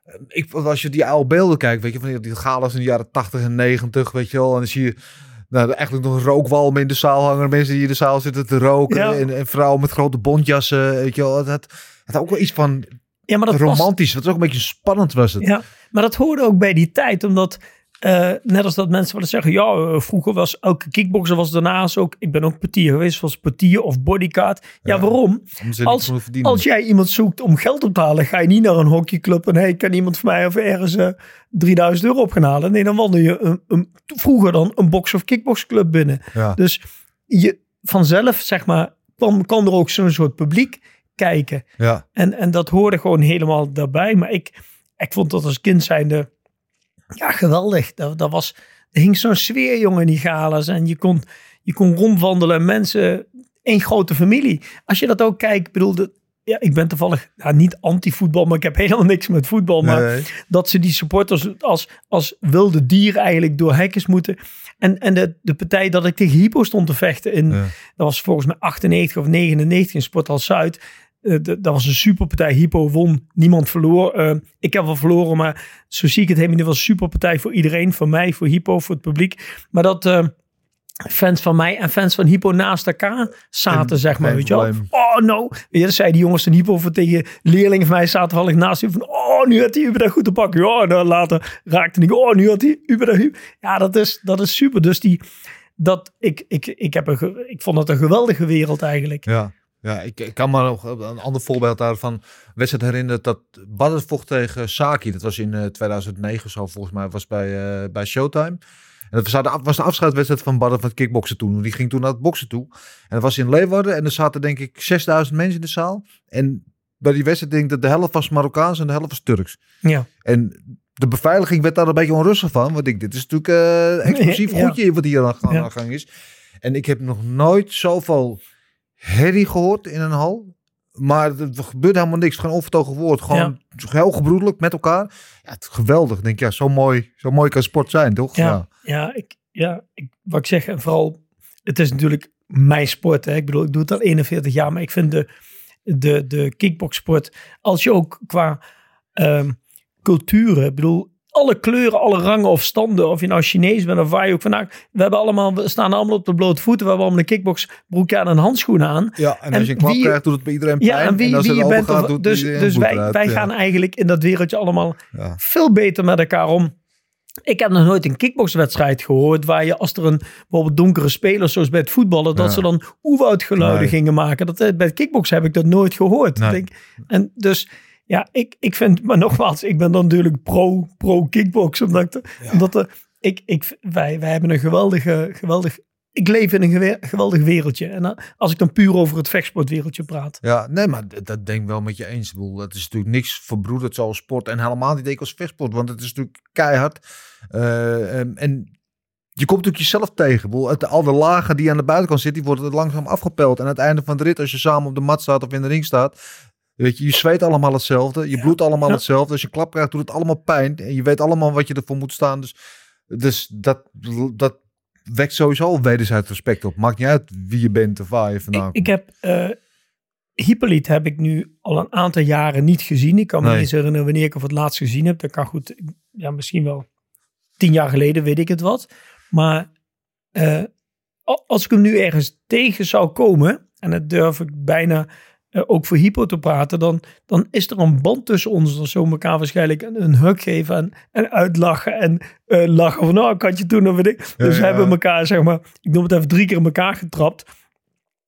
als je die oude beelden kijkt, weet je, van die galas in de jaren 80 en 90, weet je wel, en dan zie je eigenlijk nog een rookwalm in de zaal hangen, mensen die in de zaal zitten te roken en vrouwen met grote bontjassen, weet je wel, het had ook wel iets van romantisch, wat ook een beetje spannend was het. Ja, maar dat hoorde ook bij die tijd, omdat net als dat mensen willen zeggen, vroeger was elke kickboxer was daarnaast ook, ik ben ook portier geweest, was portier of bodyguard. Ja, waarom? Als jij iemand zoekt om geld op te halen, ga je niet naar een hockeyclub en kan iemand voor mij of ergens €3.000 op gaan halen. Nee, dan wandel je vroeger dan een box- of kickboxclub binnen. Ja. Dus je vanzelf, zeg maar, kwam er ook zo'n soort publiek kijken. Ja. En dat hoorde gewoon helemaal daarbij. Maar ik vond dat als kind zijnde geweldig. Er hing zo'n sfeer, jongen, in die galas. En je kon rondwandelen en mensen, één grote familie. Als je dat ook kijkt, ik ben toevallig niet anti-voetbal, maar ik heb helemaal niks met voetbal. Maar dat ze die supporters als wilde dieren eigenlijk door hekjes moeten. En de partij dat ik tegen Hypo stond te vechten dat was volgens mij 98 of 99 in Sporthal Zuid. Dat was een superpartij. Hypo won, niemand verloor. Ik heb wel verloren, maar zo zie ik het helemaal niet. Het was een superpartij voor iedereen. Voor mij, voor Hypo, voor het publiek. Maar dat fans van mij en fans van Hypo naast elkaar zaten, zeg maar. Weet je wel? Oh, no. Dat zei die jongens van Hypo tegen leerlingen van mij zaten toevallig naast hem. Van, nu had hij Uber dat goed te pakken. Ja, dan later raakte hij. Nu had hij Uber dat. Ja, dat is super. Dus ik vond het een geweldige wereld eigenlijk. Ja. Ja, ik kan me nog een ander voorbeeld daarvan wedstrijd herinneren dat Badr vocht tegen Saki. Dat was in 2009 zo volgens mij, was bij Showtime. En dat was de afscheidswedstrijd van Badr van het kickboksen toen. Die ging toen naar het boksen toe. En dat was in Leeuwarden en er zaten denk ik 6000 mensen in de zaal. En bij die wedstrijd denk ik dat de helft was Marokkaans en de helft was Turks. Ja. En de beveiliging werd daar een beetje onrustig van. Want dit is natuurlijk explosief goedje wat hier aan de gang is. En ik heb nog nooit zoveel herrie gehoord in een hal. Maar er gebeurt helemaal niks. Gewoon onvertogen woord. Gewoon heel gebroedelijk met elkaar. Ja, het is geweldig. Ik denk, zo mooi kan sport zijn, toch? Wat ik zeg, en vooral, het is natuurlijk mijn sport. Hè. Ik bedoel, ik doe het al 41 jaar, maar ik vind de kickboxsport, als je ook qua culturen, ik bedoel, alle kleuren, alle rangen of standen, of je nou Chinees bent of waar je ook vandaan. We staan allemaal op de blote voeten. We hebben allemaal een kickboxbroek aan en handschoenen aan. Ja, en als je een klap krijgt, doet het bij iedereen pijn. Ja, en wie je bent. Dus wij gaan eigenlijk in dat wereldje allemaal veel beter met elkaar om. Ik heb nog nooit een kickboxwedstrijd gehoord waar je, als er bijvoorbeeld donkere spelers, zoals bij het voetballen, dat ze dan oerwoudgeluiden gingen maken. Bij het kickboksen heb ik dat nooit gehoord. Nee. En dus, ja, ik vind, maar nogmaals, ik ben dan natuurlijk pro kickbox, wij hebben een geweldig, ik leef in een geweldig wereldje. En als ik dan puur over het vechtsportwereldje praat. Ja, nee, maar dat denk ik wel met je eens. Ik bedoel, het is natuurlijk niks verbroederd zoals sport en helemaal niet als vechtsport, want het is natuurlijk keihard. En je komt natuurlijk jezelf tegen. Al de lagen die aan de buitenkant zitten, die worden langzaam afgepeld. En aan het einde van de rit, als je samen op de mat staat of in de ring staat, weet je zweet allemaal hetzelfde. Je bloedt allemaal hetzelfde. Als je klap krijgt, doet het allemaal pijn. En je weet allemaal wat je ervoor moet staan. Dus dat wekt sowieso wederzijds respect op. Maakt niet uit wie je bent of waar je vandaan komt. Ik heb Hippolyte heb ik nu al een aantal jaren niet gezien. Ik kan me niet eens herinneren wanneer ik het laatst gezien heb. Dat kan goed, misschien wel 10 jaar geleden, weet ik het wat. Maar als ik hem nu ergens tegen zou komen, en dat durf ik bijna ook voor Hypo te praten, dan is er een band tussen ons. Dan zo elkaar waarschijnlijk een hug geven en uitlachen en lachen van, ik had je toen of weet ik. Dus we hebben elkaar, zeg maar, ik noem het even 3 keer in elkaar getrapt.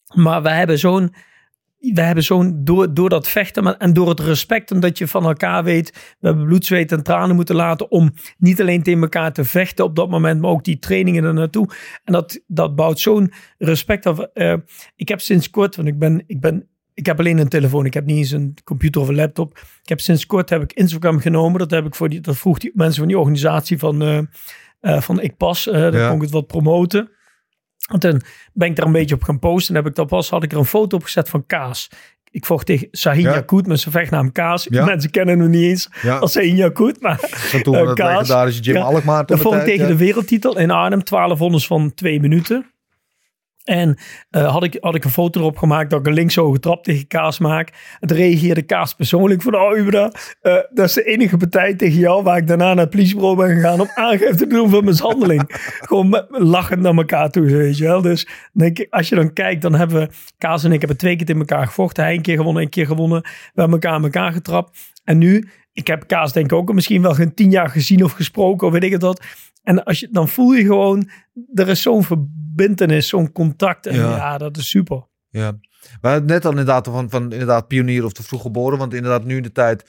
Maar we hebben zo'n door dat vechten en door het respect, omdat je van elkaar weet, we hebben bloed, zweet en tranen moeten laten om niet alleen tegen elkaar te vechten op dat moment, maar ook die trainingen er naartoe. En dat bouwt zo'n respect af. Ik heb sinds kort, want ik heb alleen een telefoon, ik heb niet eens een computer of een laptop. Ik heb sinds kort Instagram genomen. Dat vroeg die mensen van die organisatie van Ik Pas. Dan kon ik het wat promoten. En toen ben ik daar een beetje op gaan posten. En had ik er een foto op gezet van Kaas. Ik vocht tegen Sahin Yakout met zijn vechtnaam Kaas. Ja. Mensen kennen hem niet eens als Sahin Yakout. Maar toen het legendarische Jim Alkmaar. Dat vocht ik tegen de wereldtitel in Arnhem. 12 rondes van 2 minuten. En had ik een foto erop gemaakt dat ik een linkshoge trap tegen Kaas maak. En toen reageerde Kaas persoonlijk van, Ibra, dat is de enige partij tegen jou waar ik daarna naar het politiebureau ben gegaan om aangifte te doen van mishandeling. Gewoon lachend naar elkaar toe, weet je wel. Dus denk ik, als je dan kijkt, dan hebben we, Kaas en ik hebben 2 keer tegen elkaar gevochten. Hij 1 keer gewonnen, 1 keer gewonnen. We hebben elkaar aan elkaar getrapt. En nu, ik heb Kaas denk ik ook misschien wel geen 10 jaar gezien of gesproken, of weet ik het wat. En dan voel je gewoon, er is zo'n verbintenis, zo'n contact. En ja, dat is super. Ja, we hadden net al inderdaad van inderdaad pionier of te vroeg geboren. Want inderdaad nu in de tijd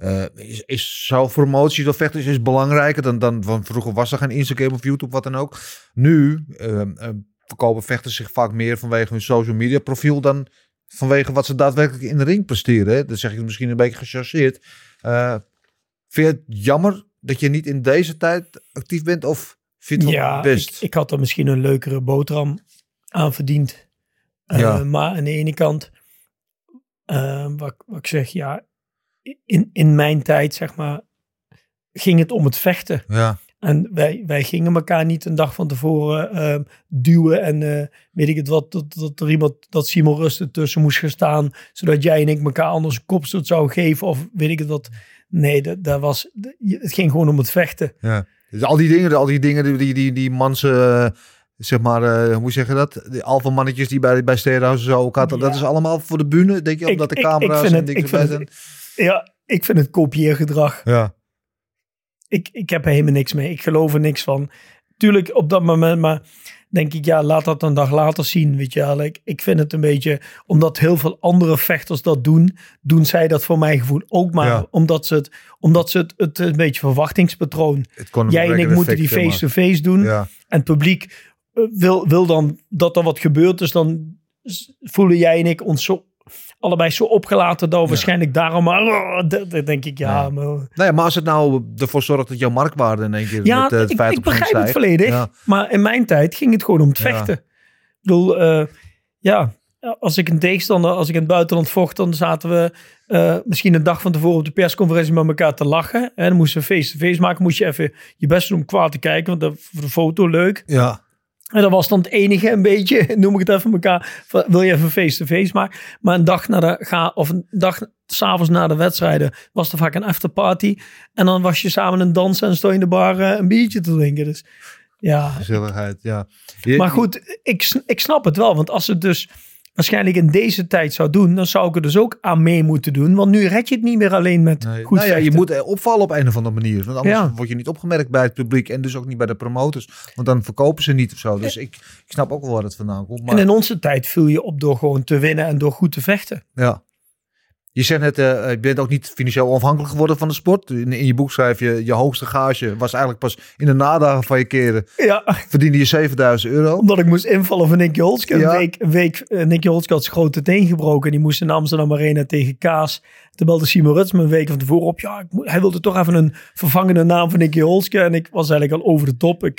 zou promotie door vechters is belangrijker dan van vroeger was er geen Instagram of YouTube, wat dan ook. Nu verkopen vechters zich vaak meer vanwege hun social media profiel dan vanwege wat ze daadwerkelijk in de ring presteren. Hè? Dat zeg ik misschien een beetje gechargeerd. Vind je het jammer dat je niet in deze tijd actief bent of vind je het best? Ik had er misschien een leukere boterham aan verdiend. Maar aan de ene kant, wat ik zeg, in mijn tijd, zeg maar, ging het om het vechten. Ja. En wij gingen elkaar niet een dag van tevoren duwen en weet ik het wat, dat er iemand, dat Simon Rusten tussen moest gaan staan, zodat jij en ik elkaar anders een kopstoot zou geven of weet ik het wat. Nee, het ging gewoon om het vechten. Ja. Dus al die dingen die manse, zeg maar, hoe zeg je dat? Die alpha mannetjes die bij Sterrenhuis zo ook hadden, dat is allemaal voor de bühne, denk je, omdat de camera's en dingen bij zijn? Ja, ik vind het kopieergedrag. Ja. Ik heb er helemaal niks mee. Ik geloof er niks van. Tuurlijk op dat moment, maar denk ik, laat dat een dag later zien, weet je wel. Ik vind het een beetje, omdat heel veel andere vechters dat doen zij dat voor mijn gevoel ook maar. Omdat ze het een beetje verwachtingspatroon. Jij en ik moeten die face-to-face doen. Ja. En het publiek wil dan dat er wat gebeurt. Dus dan voelen jij en ik ons allebei zo opgelaten dat we waarschijnlijk daarom maar, denk ik, maar als het nou ervoor zorgt dat jouw marktwaarde in één keer met 50% ik begrijp het volledig. Ja. Maar in mijn tijd ging het gewoon om het vechten. Ik bedoel, als ik in het buitenland vocht, dan zaten we misschien een dag van tevoren op de persconferentie met elkaar te lachen. En dan moesten we face-to-face maken. Moest je even je best doen om kwaad te kijken, want voor de foto leuk. Ja. En dat was dan het enige een beetje, noem ik het even elkaar, wil je even face-to-face maken. Maar een dag 's avonds na de wedstrijden was er vaak een afterparty. En dan was je samen een dansen en stond je in de bar een biertje te drinken. Dus ja. Gezelligheid, ja. Maar goed, ik snap het wel. Want als het dus waarschijnlijk in deze tijd zou doen, dan zou ik er dus ook aan mee moeten doen. Want nu red je het niet meer alleen met goed vechten. Je moet opvallen op een of andere manier. Want anders word je niet opgemerkt bij het publiek en dus ook niet bij de promotors. Want dan verkopen ze niet of zo. Dus ik snap ook wel waar het vandaan komt. Maar... En in onze tijd viel je op door gewoon te winnen en door goed te vechten. Ja. Je zegt net, je bent ook niet financieel onafhankelijk geworden van de sport. In je boek schrijf je hoogste gage was eigenlijk pas in de nadagen van je keren. Ja. Verdiende je €7.000. Omdat ik moest invallen van Nicky Holtske. Een week Nicky Holtske had zijn grote teen gebroken. Die moest in de Amsterdam Arena tegen Kaas. Toen belde Simon Ruts me een week van tevoren op. Ja, hij wilde toch even een vervangende naam van Nicky Holtske. En ik was eigenlijk al over de top.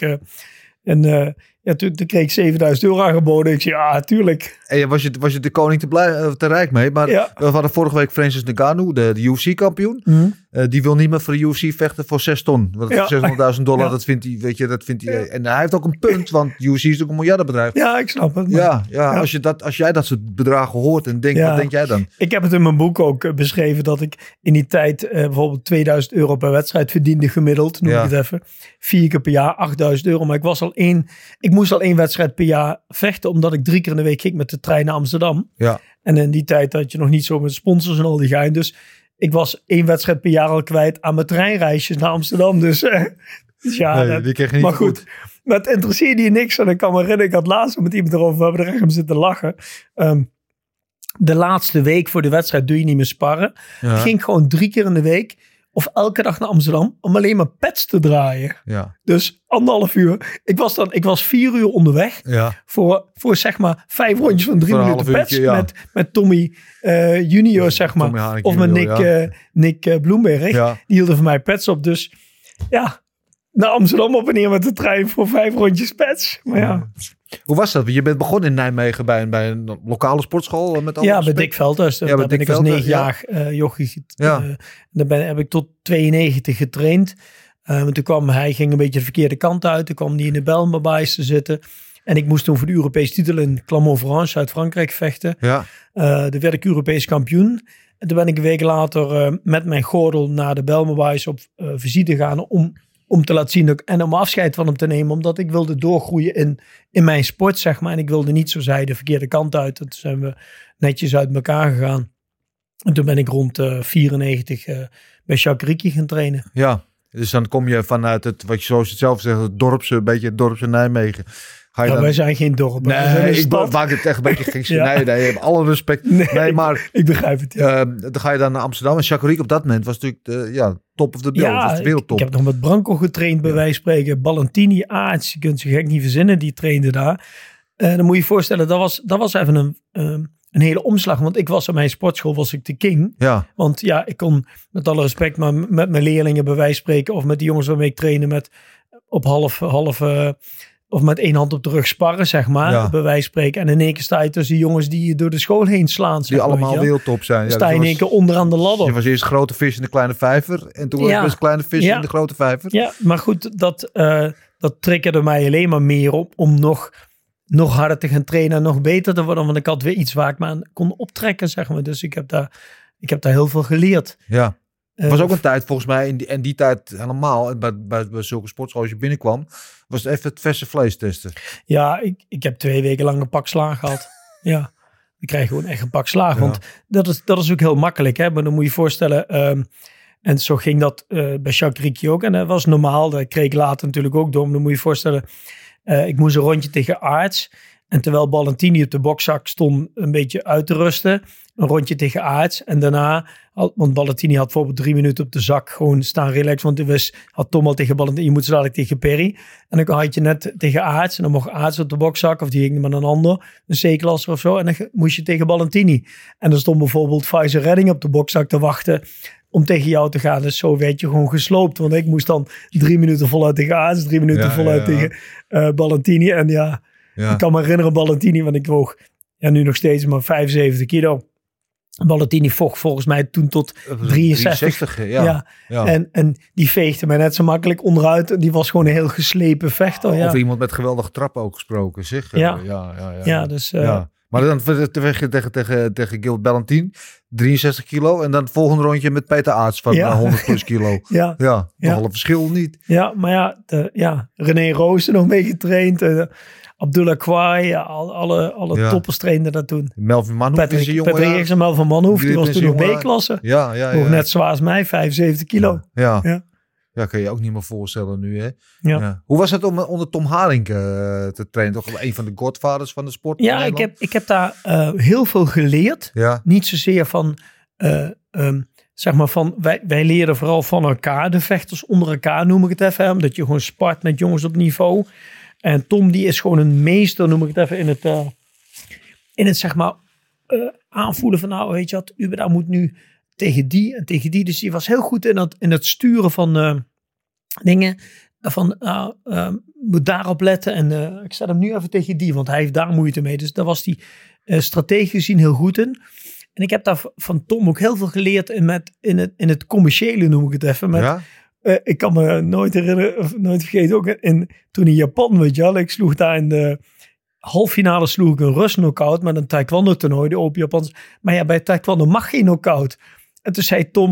Toen kreeg ik €7.000 aangeboden. Ik zei, tuurlijk. En was je de koning te rijk mee. Maar we hadden vorige week Francis Ngannou, de UFC-kampioen. Mm-hmm. Die wil niet meer voor de UFC vechten voor 6 ton. $600.000, dat vindt hij, weet je, dat vindt hij. En hij heeft ook een punt, want UFC is ook een miljardenbedrijf. Ja, ik snap het. Maar, als jij dat soort bedragen hoort en denkt, wat denk jij dan? Ik heb het in mijn boek ook beschreven dat ik in die tijd bijvoorbeeld €2.000 per wedstrijd verdiende gemiddeld. Noem ik het even. 4 keer per jaar, €8.000. Maar ik moest al 1 wedstrijd per jaar vechten, omdat ik 3 keer in de week ging met de trein naar Amsterdam. Ja. En in die tijd had je nog niet zo met sponsors en al die gein. Dus ik was 1 wedstrijd per jaar al kwijt aan mijn treinreisjes naar Amsterdam. Dus die kreeg je niet maar goed. Maar het interesseerde je niks. En ik kan me herinneren, ik had laatst met iemand erover, we hebben er echt om zitten lachen. De laatste week voor de wedstrijd doe je niet meer sparren. Ja. Ik ging gewoon 3 keer in de week of elke dag naar Amsterdam om alleen maar pads te draaien. Ja. Dus 1,5 uur. Ik was 4 uur onderweg voor zeg maar 5 rondjes van 3 minuten pads uurtje, met Tommy junior, zeg maar. Tommy Hanek of met junior, Nick Bloemberg. Ja. Die hielden voor mij pads op. Dus ja, naar Amsterdam op en neer met de trein voor 5 rondjes pads. Maar ja. Hoe was dat? Je bent begonnen in Nijmegen bij een lokale sportschool. Met bij Dick Veldhuis. Daar ben ik als 9-jarig jochie. Daar heb ik tot 92 getraind. Toen ging een beetje de verkeerde kant uit. Toen kwam hij in de Belmabais te zitten. En ik moest toen voor de Europese titel in Clermont-Ferrand, Zuid-Frankrijk, vechten. Ja. Daar werd ik Europees kampioen. En toen ben ik een week later met mijn gordel naar de Belmabais op visite gegaan om te laten zien en om afscheid van hem te nemen. Omdat ik wilde doorgroeien in mijn sport, zeg maar. En ik wilde niet, zo zei, de verkeerde kant uit. En toen zijn we netjes uit elkaar gegaan. En toen ben ik rond 94 bij Jacques Ricci gaan trainen. Ja, dus dan kom je vanuit het, wat je zoals het zelf zegt, het dorpse Nijmegen. Wij zijn geen dorp. Nee, ik maak het echt een beetje geks. Nee, je hebt alle respect. Nee, maar ik begrijp het. Ja. Dan ga je dan naar Amsterdam. En Jacques Ricci op dat moment was natuurlijk top of the bill. Ja, was de wereldtop. Ik heb nog met Branco getraind, bij wijze van spreken. Ballantini, Aerts, je kunt ze gek niet verzinnen, die trainde daar. Dan moet je je voorstellen, dat was even een hele omslag. Want ik was aan mijn sportschool, was ik de king. Ja. Want ja, ik kon met alle respect maar met mijn leerlingen bij wijze van spreken, of met die jongens waarmee ik trainde, met op half of met 1 hand op de rug sparren, zeg maar, bij wijze van spreken. En in één keer sta je tussen die jongens die je door de school heen slaan. Die allemaal wereldtop zijn. Ja, sta je in één keer onderaan de ladder. Je was eerst grote vis in de kleine vijver. En toen was je best kleine vis in de grote vijver. Ja, maar goed, dat triggerde mij alleen maar meer op om nog harder te gaan trainen en nog beter te worden. Want ik had weer iets waar ik me aan kon optrekken, zeg maar. Dus ik heb daar heel veel geleerd. Ja. Het was ook een tijd, volgens mij, in die tijd helemaal, bij zulke sportschool als je binnenkwam, was het even het verse vlees testen. Ja, ik heb 2 weken lang een pak slaag gehad. Ja, ik krijg gewoon echt een pak slaag. Ja. Want dat is ook heel makkelijk, hè. Maar dan moet je je voorstellen, en zo ging dat bij Jacques Ricci ook. En dat was normaal, dat kreeg ik later natuurlijk ook door. Maar dan moet je je voorstellen, ik moest een rondje tegen Aerts. En terwijl Ballantini op de bokzak stond een beetje uit te rusten, een rondje tegen Aerts. En daarna, want Ballantini had bijvoorbeeld 3 minuten op de zak gewoon staan relax. Want had Tom al tegen Ballantini, je moet zo dadelijk tegen Perry. En dan had je net tegen Aerts en dan mocht Aerts op de bokzak of die ging met een ander, een C-klasser of zo. En dan moest je tegen Ballantini. En dan stond bijvoorbeeld Pfizer Redding op de bokzak te wachten om tegen jou te gaan. Dus zo werd je gewoon gesloopt. Want ik moest dan 3 minuten voluit tegen Aerts, 3 minuten voluit tegen Ballantini. En ja, ik kan me herinneren Ballantini, want ik woog nu nog steeds maar 75 kilo. Ballantini vocht volgens mij toen tot 63. Ja. En die veegde mij net zo makkelijk onderuit. Die was gewoon een heel geslepen vechter. Of iemand met geweldige trappen ook gesproken, zeg. Ja, dus... Maar dan tegen Gilbert Ballantyne, 63 kilo. En dan het volgende rondje met Peter Aerts van 100 plus kilo. Nogal een verschil niet. Ja, maar René Roos er nog mee getraind. Abdullah Kwai, alle toppers trainden dat toen. Melvin Manhoef. Patrick Eriks en Melvin Manhoef, die was toen nog B-klasse. Nog net zwaar als mij, 75 kilo. Ja, kan je ook niet meer voorstellen nu, hè? Ja. Hoe was het om onder Tom Haring te trainen? Toch een van de godfathers van de sport? Ja, ik heb daar heel veel geleerd. Ja. Niet zozeer van, zeg maar van, wij leren vooral van elkaar, de vechters onder elkaar noem ik het even. Hè, omdat je gewoon spart met jongens op niveau. En Tom die is gewoon een meester, noem ik het even, in het zeg maar aanvoelen van nou, weet je wat, Ubeda moet nu tegen die en tegen die. Dus die was heel goed in het sturen van dingen. Van moet daarop letten. En ik zet hem nu even tegen die, want hij heeft daar moeite mee. Dus daar was hij strategisch gezien heel goed in. En ik heb daar van Tom ook heel veel geleerd in het commerciële, noem ik het even. Ik kan me nooit herinneren, of nooit vergeten, ook toen in Japan, weet je wel. Ik sloeg daar in de halffinale sloeg ik een rust-knockout met een taekwondo toernooi, de Open Japans. Maar ja, bij taekwondo mag geen knockout. En toen zei Tom,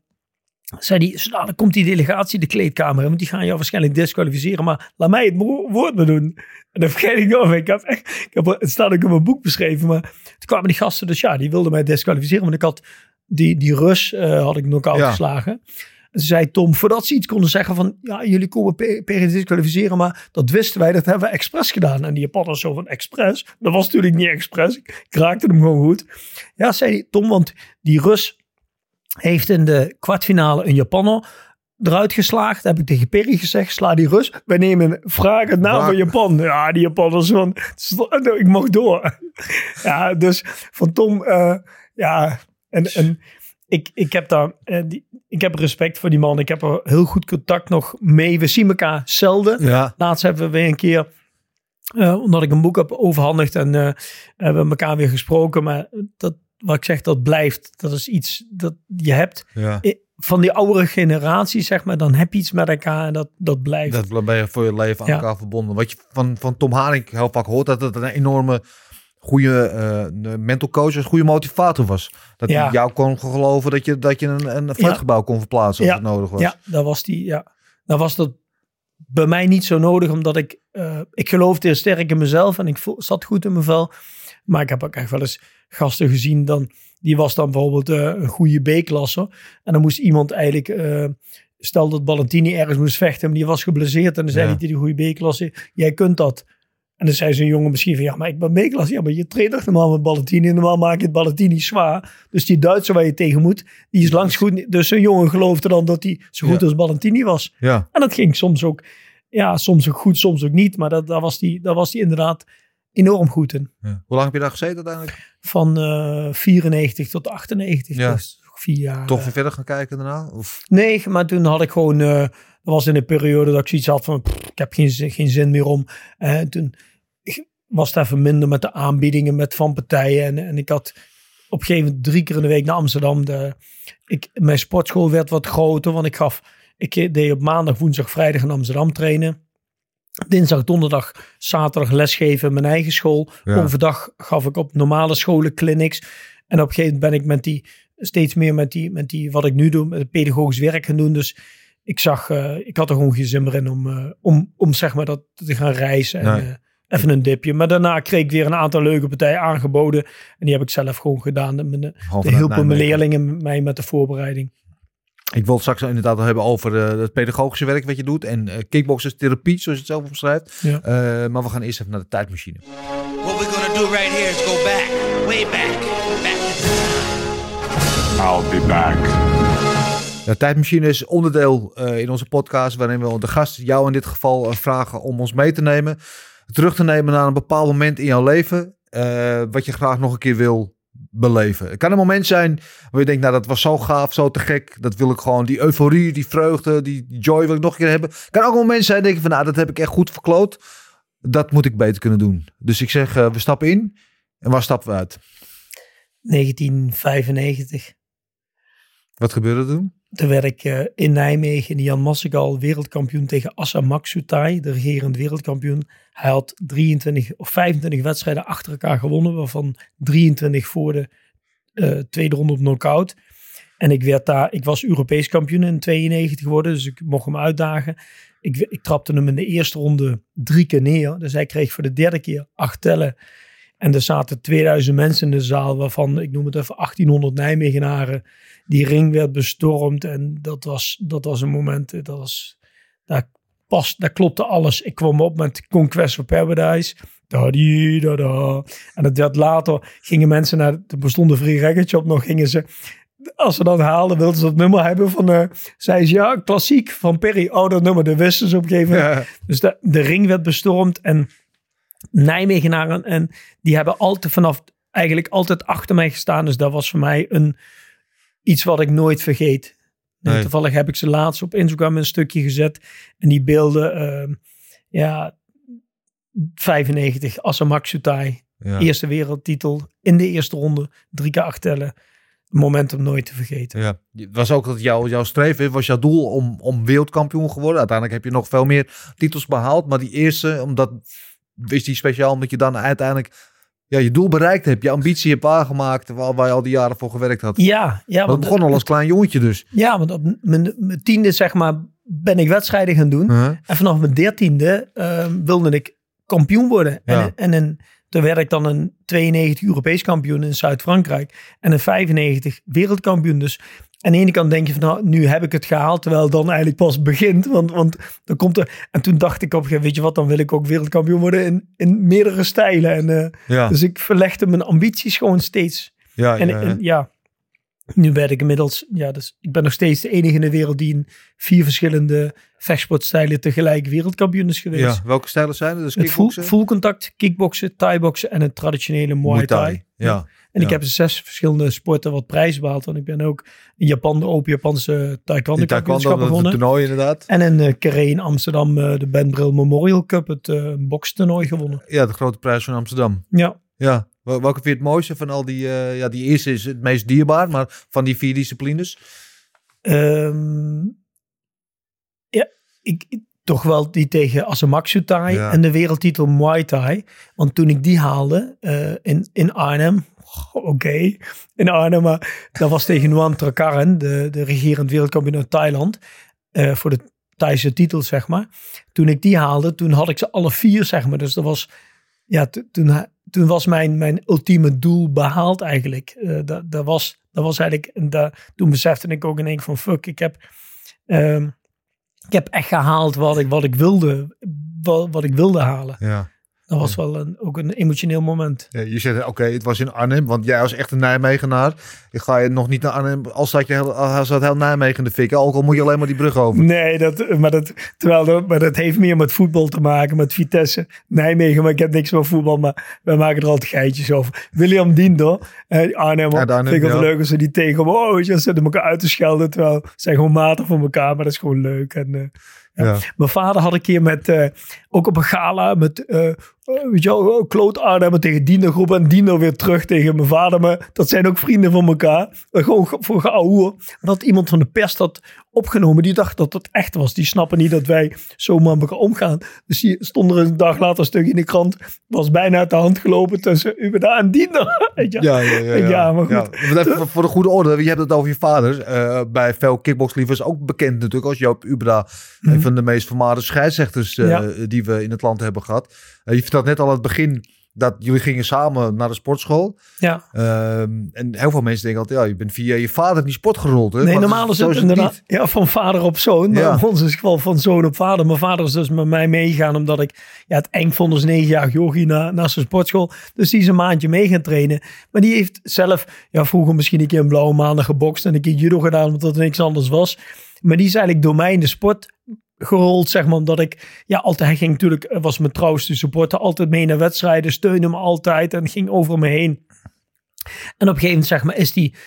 dan komt die delegatie de kleedkamer in, want die gaan jou waarschijnlijk disqualificeren, maar laat mij het woord maar doen. En dan vergeet ik nog, het staat ook in mijn boek beschreven, maar toen kwamen die gasten, dus die wilden mij disqualificeren, want ik had die Rus had ik knockout geslagen. En ze zei Tom, voordat ze iets konden zeggen van, ja, jullie komen periodisch kwalificeren, maar dat wisten wij, dat hebben we expres gedaan. En die Japanners zo van, expres? Dat was natuurlijk niet expres. Ik raakte hem gewoon goed. Ja, zei Tom, want die Rus heeft in de kwartfinale een Japanner eruit geslaagd. Heb ik tegen Perry gezegd, sla die Rus. Wij nemen vragen na van Japan. Ja, die Japanners van, ik mocht door. Ja, dus van Tom, en ik heb daar, ik heb respect voor die man. Ik heb er heel goed contact nog mee. We zien elkaar zelden. Ja. Laatst hebben we weer een keer, omdat ik een boek heb overhandigd en hebben we elkaar weer gesproken. Maar dat, wat ik zeg, dat blijft. Dat is iets dat je hebt. Ja. Van die oudere generatie, zeg maar, dan heb je iets met elkaar en dat blijft. Dat ben je voor je leven aan elkaar verbonden. Wat je van Tom Haring heel vaak hoort, dat het een enorme goede mental coach, een goede motivator was. Dat hij jou kon geloven dat je een flatgebouw kon verplaatsen als het nodig was. Ja, dat was die. Ja, dan was dat bij mij niet zo nodig, omdat ik geloofde heel sterk in mezelf en ik zat goed in mijn vel. Maar ik heb ook echt wel eens gasten gezien die was dan bijvoorbeeld een goede B-klasse. En dan moest iemand eigenlijk, stel dat Ballantini ergens moest vechten, maar die was geblesseerd. En dan zei hij tegen die goede B-klasse, jij kunt dat. En dan zei zo'n jongen misschien van, ja, maar ik ben B-klasse. Ja, maar je traint toch normaal met Ballantini. En normaal maak je het Ballantini zwaar. Dus die Duitser waar je tegen moet, die is langs goed. Dus zo'n jongen geloofde dan dat hij zo goed als Ballantini was. Ja. En dat ging soms ook goed, soms ook niet. Maar daar was die inderdaad enorm goed in. Ja. Hoe lang heb je daar gezeten uiteindelijk? Van 94 tot 98. Ja. Dus 4 jaar. Toch weer verder gaan kijken daarna? Of? Nee, maar toen had ik gewoon... dat was in een periode dat ik zoiets had van... ik heb geen zin meer om. Toen was het even minder met de aanbiedingen van partijen. En ik had op een gegeven moment 3 keer in de week naar Amsterdam. Mijn sportschool werd wat groter. Want ik deed op maandag, woensdag, vrijdag in Amsterdam trainen. Dinsdag, donderdag, zaterdag lesgeven in mijn eigen school. Ja. Overdag gaf ik op normale scholen clinics. En op een gegeven moment ben ik steeds meer met die wat ik nu doe, met het pedagogisch werk gaan doen. Dus ik had er gewoon geen zin meer in om zeg maar dat te gaan reizen en even een dipje. Maar daarna kreeg ik weer een aantal leuke partijen aangeboden. En die heb ik zelf gewoon gedaan. De hielpen mijn leerlingen mij met de voorbereiding. Ik wil het straks inderdaad al hebben over het pedagogische werk wat je doet. En kickboxers therapie, zoals je het zelf omschrijft. Ja. Maar we gaan eerst even naar de tijdmachine. What we're gonna do right here is go back. Way back. Back to the time. I'll be back. De tijdmachine is onderdeel in onze podcast waarin we de gast, jou in dit geval, vragen om ons mee te nemen. Terug te nemen naar een bepaald moment in jouw leven. Wat je graag nog een keer wil beleven. Het kan een moment zijn waar je denkt, nou dat was zo gaaf, zo te gek. Dat wil ik gewoon, die euforie, die vreugde, die joy wil ik nog een keer hebben. Het kan ook een moment zijn, denk ik van, nou dat heb ik echt goed verkloot. Dat moet ik beter kunnen doen. Dus ik zeg, we stappen in. En waar stappen we uit? 1995. Wat gebeurde toen? Toen werd ik in Nijmegen in de Jan Massagal wereldkampioen tegen Assa Maksutai, de regerend wereldkampioen. Hij had 23 of 25 wedstrijden achter elkaar gewonnen, waarvan 23 voor de tweede ronde op knockout. En ik was Europees kampioen in 92 geworden, dus ik mocht hem uitdagen. Ik trapte hem in de eerste ronde 3 keer neer, dus hij kreeg voor de 3e keer 8 tellen. En er zaten 2000 mensen in de zaal, waarvan, ik noem het even, 1800 Nijmegenaren. Die ring werd bestormd en dat was een moment, daar klopte alles. Ik kwam op met Conquest for Paradise. Da-di-da-da. En het werd later, gingen mensen naar, er bestond een free records op nog, gingen ze, als ze dat haalden, wilden ze dat nummer hebben van, zei ze, ja, klassiek van Perry. Oh, dat nummer, dat wisten ze op een gegeven moment. Ja. Dus de ring werd bestormd en Nijmegenaren, en die hebben eigenlijk altijd achter mij gestaan. Dus dat was voor mij iets wat ik nooit vergeet. Nee. Toevallig heb ik ze laatst op Instagram een stukje gezet. En die beelden, 95, Assa Maksutai. Ja. Eerste wereldtitel in de eerste ronde. 3 keer 8 tellen. Moment om nooit te vergeten. Ja. Het was ook dat jouw streven, was jouw doel om wereldkampioen geworden. Uiteindelijk heb je nog veel meer titels behaald. Maar die eerste, is die speciaal omdat je dan uiteindelijk je doel bereikt hebt. Je ambitie hebt waargemaakt waar je al die jaren voor gewerkt had. Ja. Dat begon al als klein jongetje dus. Ja, want op mijn 10e zeg maar ben ik wedstrijden gaan doen. Uh-huh. En vanaf mijn 13e wilde ik kampioen worden. Ja. En toen werd ik dan een 92 Europees kampioen in Zuid-Frankrijk. En een 95 wereldkampioen. Dus aan de ene kant denk je van, nou, nu heb ik het gehaald, terwijl het dan eigenlijk pas begint. Want dan komt er... En toen dacht ik op een gegeven moment, weet je wat, dan wil ik ook wereldkampioen worden in meerdere stijlen. En, Dus ik verlegde mijn ambities gewoon steeds. En nu ben ik inmiddels... Ja, dus ik ben nog steeds de enige in de wereld die in 4 verschillende vechtsportstijlen tegelijk wereldkampioen is geweest. Ja, welke stijlen zijn er? Dus het full contact, kickboksen, thai-boksen en het traditionele Muay Thai. Ja. En ik heb 6 verschillende sporten wat prijs behaald. Want ik ben ook in Japan de Open Japanse Taekwondo kampioenschap begonnen. Het toernooi inderdaad. En in Carré in Amsterdam de Ben Bril Memorial Cup, het bokstoernooi gewonnen. Ja, de grote prijs van Amsterdam. Ja. Welke vind je het mooiste van al die... die eerste is het meest dierbaar, maar van die 4 disciplines? Ik toch wel die tegen Asamaksu Thai en de wereldtitel Muay Thai. Want toen ik die haalde in Arnhem... in Arnhem, maar dat was tegen Nuan Trakaran, de regerend wereldkampioen uit Thailand. Voor de Thaise titel, zeg maar. Toen ik die haalde, toen had ik ze alle 4, zeg maar. Dus dat was... Ja, toen was mijn ultieme doel behaald eigenlijk. Dat was eigenlijk... Toen besefte ik ook in één keer van fuck, ik heb echt gehaald wat ik wilde halen. Ja. Dat was wel ook een emotioneel moment. Ja, je zegt, oké, het was in Arnhem, want jij was echt een Nijmegenaar. Ik ga je nog niet naar Arnhem, al zat heel Nijmegen in de fik. Ook al moet je alleen maar die brug over. Nee, maar dat heeft meer met voetbal te maken, met Vitesse. Nijmegen, maar ik heb niks van voetbal, maar wij maken er altijd geitjes over. William Diendo, Arnhem, vind ik het leuk als ze die tegen ze zitten elkaar uit te schelden, terwijl ze zijn gewoon matig voor elkaar, maar dat is gewoon leuk. En ja. Mijn vader had een keer ook op een gala met Kloot Arnhem tegen Dino groep en Dino weer terug tegen mijn vader. Maar dat zijn ook vrienden van elkaar. Gewoon voor geouwe. Dat iemand van de pers had opgenomen. Die dacht dat het echt was. Die snappen niet dat wij zo met elkaar omgaan. Dus die stond er een dag later een stuk in de krant. Was bijna uit de hand gelopen tussen Ubeda en Dino. Ja, maar goed. Ja. Voor de goede orde, je hebt het over je vader. Bij veel kickboxliefers ook bekend natuurlijk als Joop Ubeda. Een van de meest vermaarde scheidsrechters die we in het land hebben gehad. Je vertelt net al aan het begin dat jullie gingen samen naar de sportschool. Ja. En heel veel mensen denken altijd, je bent via je vader die sport gerold. Hè? Nee, normaal is het inderdaad van vader op zoon. Maar in ons is het geval van zoon op vader. Mijn vader is dus met mij meegegaan omdat ik het eng vond als 9-jarig jochie naar zijn sportschool. Dus die is een maandje mee gaan trainen. Maar die heeft zelf vroeger misschien een keer een blauwe maandag gebokst en een keer judo gedaan omdat er niks anders was. Maar die is eigenlijk door mij in de sport gerold, zeg maar, omdat ik altijd, hij ging natuurlijk, was mijn trouwste supporter, altijd mee naar wedstrijden, steunde me altijd en ging over me heen. En op een gegeven moment, zeg maar, is die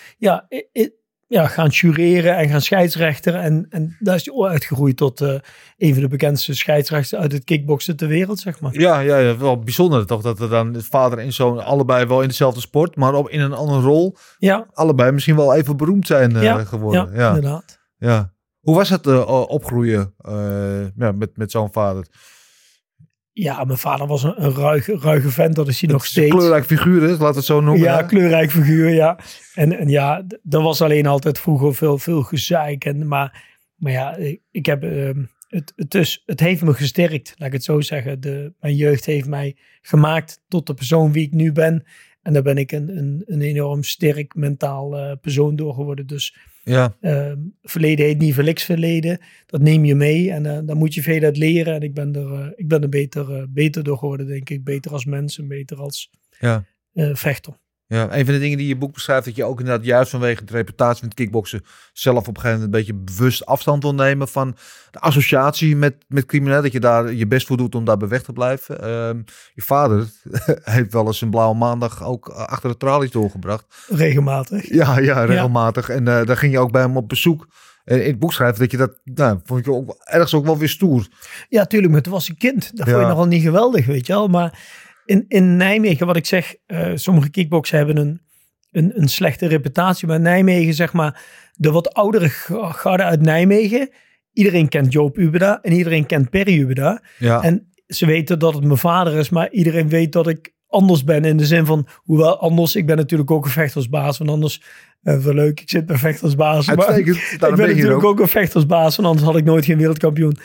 gaan jureren en gaan scheidsrechter en daar is hij uitgegroeid tot een van de bekendste scheidsrechters uit het kickboksen ter wereld, zeg maar. Ja, wel bijzonder toch, dat er dan het vader en zoon allebei wel in dezelfde sport, maar in een andere rol, allebei misschien wel even beroemd zijn geworden. Ja, inderdaad. Ja. Hoe was het opgroeien met zo'n vader? Ja, mijn vader was een ruige vent, dat is hij nog steeds. Een kleurrijk figuur, laten we het zo noemen. Ja, kleurrijk figuur, ja. En er was alleen altijd vroeger veel gezeik. Maar ik heb... Het heeft me gesterkt, laat ik het zo zeggen. Mijn jeugd heeft mij gemaakt tot de persoon wie ik nu ben. En daar ben ik een enorm sterk mentaal persoon door geworden. Dus verleden heet niet voor niks verleden. Dat neem je mee en daar moet je veel uit leren. En ik ben er beter door geworden, denk ik. Beter als mens en beter als vechter. Ja, een van de dingen die je boek beschrijft, dat je ook inderdaad juist vanwege de reputatie van het kickboksen zelf op een gegeven moment een beetje bewust afstand wil nemen van de associatie met criminelen, dat je daar je best voor doet om daarbij weg te blijven. Je vader heeft wel eens een blauwe maandag ook achter de tralies doorgebracht. Regelmatig. Ja, regelmatig. En daar ging je ook bij hem op bezoek. En in het boek schrijft dat je dat, vond je ook ergens ook wel weer stoer. Ja, tuurlijk, maar toen was een kind. Dat vond je nogal niet geweldig, weet je wel. Maar in Nijmegen, wat ik zeg, sommige kickboxers hebben een slechte reputatie. Maar in Nijmegen, zeg maar, de wat oudere garde uit Nijmegen, iedereen kent Joop Ubeda en iedereen kent Perry Ubeda. Ja. En ze weten dat het mijn vader is, maar iedereen weet dat ik anders ben in de zin van, hoewel anders, ik ben natuurlijk ook een vechtersbaas, want anders, wel leuk, ik zit bij vechtersbaas, maar ik ben natuurlijk ook een vechtersbaas, want anders had ik nooit geen wereldkampioen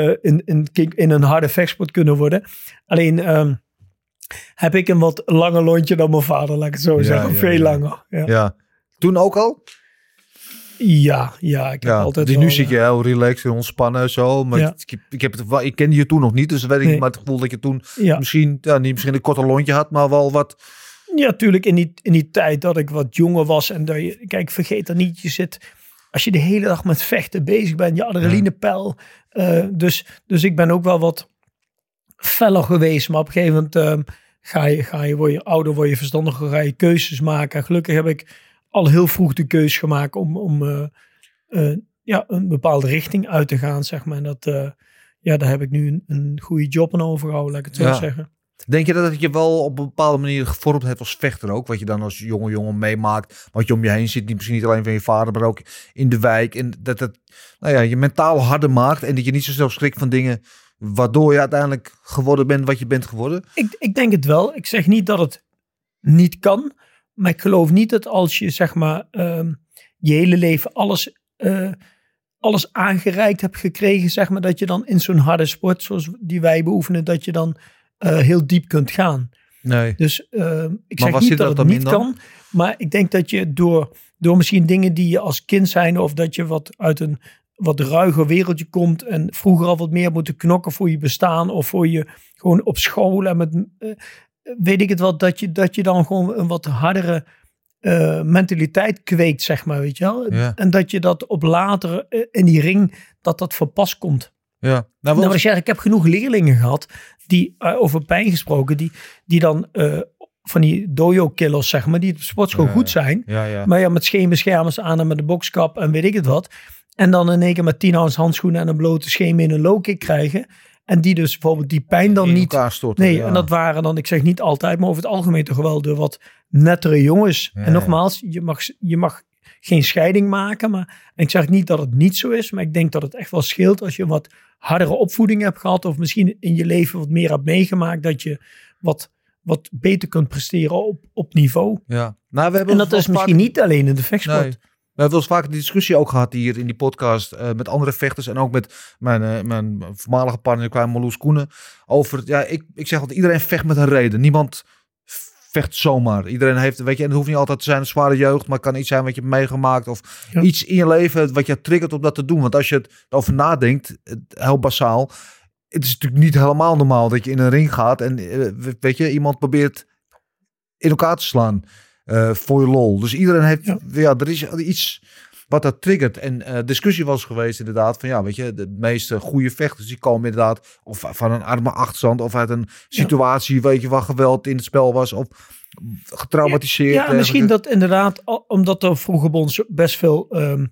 in een harde vechtsport kunnen worden. Alleen heb ik een wat langer lontje dan mijn vader, laat ik het zo zeggen. Veel langer. Ja. Toen ook al? Ja, ik heb altijd dus wel, nu zit je heel relaxed en ontspannen zo. Maar ik kende je toen nog niet, dus weet ik niet. Maar het gevoel dat je toen misschien een korte lontje had, maar wel wat... Ja, tuurlijk in die tijd dat ik wat jonger was. En dat je, kijk, vergeet dat niet. Je zit, als je de hele dag met vechten bezig bent, je adrenalinepeil. Dus ik ben ook wel wat feller geweest. Maar op een gegeven moment word je ouder, word je verstandiger, ga je keuzes maken. En gelukkig heb ik al heel vroeg de keus gemaakt om een bepaalde richting uit te gaan, zeg maar. En dat, daar heb ik nu een goede job aan overgehouden, laat ik het zo zeggen. Denk je dat het je wel op een bepaalde manier gevormd heeft als vechter ook? Wat je dan als jongen meemaakt, wat je om je heen ziet, misschien niet alleen van je vader, maar ook in de wijk. En dat het je mentaal harder maakt en dat je niet zo snel schrikt van dingen, waardoor je uiteindelijk geworden bent wat je bent geworden? Ik denk het wel. Ik zeg niet dat het niet kan, maar ik geloof niet dat als je zeg maar je hele leven alles aangereikt hebt gekregen, zeg maar, dat je dan in zo'n harde sport zoals die wij beoefenen, dat je dan heel diep kunt gaan. Nee. Dus ik zeg niet dat het niet kan, maar ik denk dat je door misschien dingen die je als kind zijn, of dat je wat uit een wat ruiger wereldje komt en vroeger al wat meer moeten knokken voor je bestaan, of voor je gewoon op school en met weet ik het wat, dat je dan gewoon een wat hardere mentaliteit kweekt, zeg maar, weet je wel. Ja. En dat je dat op later in die ring, dat van pas komt. Ja. Ik heb genoeg leerlingen gehad, die over pijn gesproken, die dan van die dojo-killers, zeg maar, die op sportschool goed zijn. Ja. Maar met scheenbeschermers aan en met de bokskap en weet ik het wat. En dan in één keer met 10 ounce handschoenen en een blote scheen in een low kick krijgen. En die dus bijvoorbeeld die pijn dan niet... storten, nee, en dat waren dan, ik zeg niet altijd, maar over het algemeen toch wel de wat nettere jongens. Ja, en nogmaals, je mag geen scheiding maken. En ik zeg niet dat het niet zo is, maar ik denk dat het echt wel scheelt als je een wat hardere opvoeding hebt gehad. Of misschien in je leven wat meer hebt meegemaakt, dat je wat beter kunt presteren op niveau. Ja. Nou, we hebben en dat is misschien niet alleen in de vechtsport. Nee. We hebben wel eens vaak die discussie ook gehad hier in die podcast met andere vechters en ook met mijn voormalige partner Klein Marloes Koenen over, ik zeg altijd, iedereen vecht met een reden. Niemand vecht zomaar. Iedereen heeft, weet je, en het hoeft niet altijd te zijn een zware jeugd, maar het kan iets zijn wat je hebt meegemaakt of iets in je leven wat je triggert om dat te doen. Want als je erover nadenkt, heel basaal, het is natuurlijk niet helemaal normaal dat je in een ring gaat en weet je, iemand probeert in elkaar te slaan. Voor je lol. Dus iedereen heeft... er is iets wat dat triggert. En discussie was geweest inderdaad van weet je, de meeste goede vechters die komen inderdaad of van een arme achterstand of uit een situatie, weet je, waar geweld in het spel was of getraumatiseerd. Ja, misschien dat inderdaad, omdat er vroeger bij ons best veel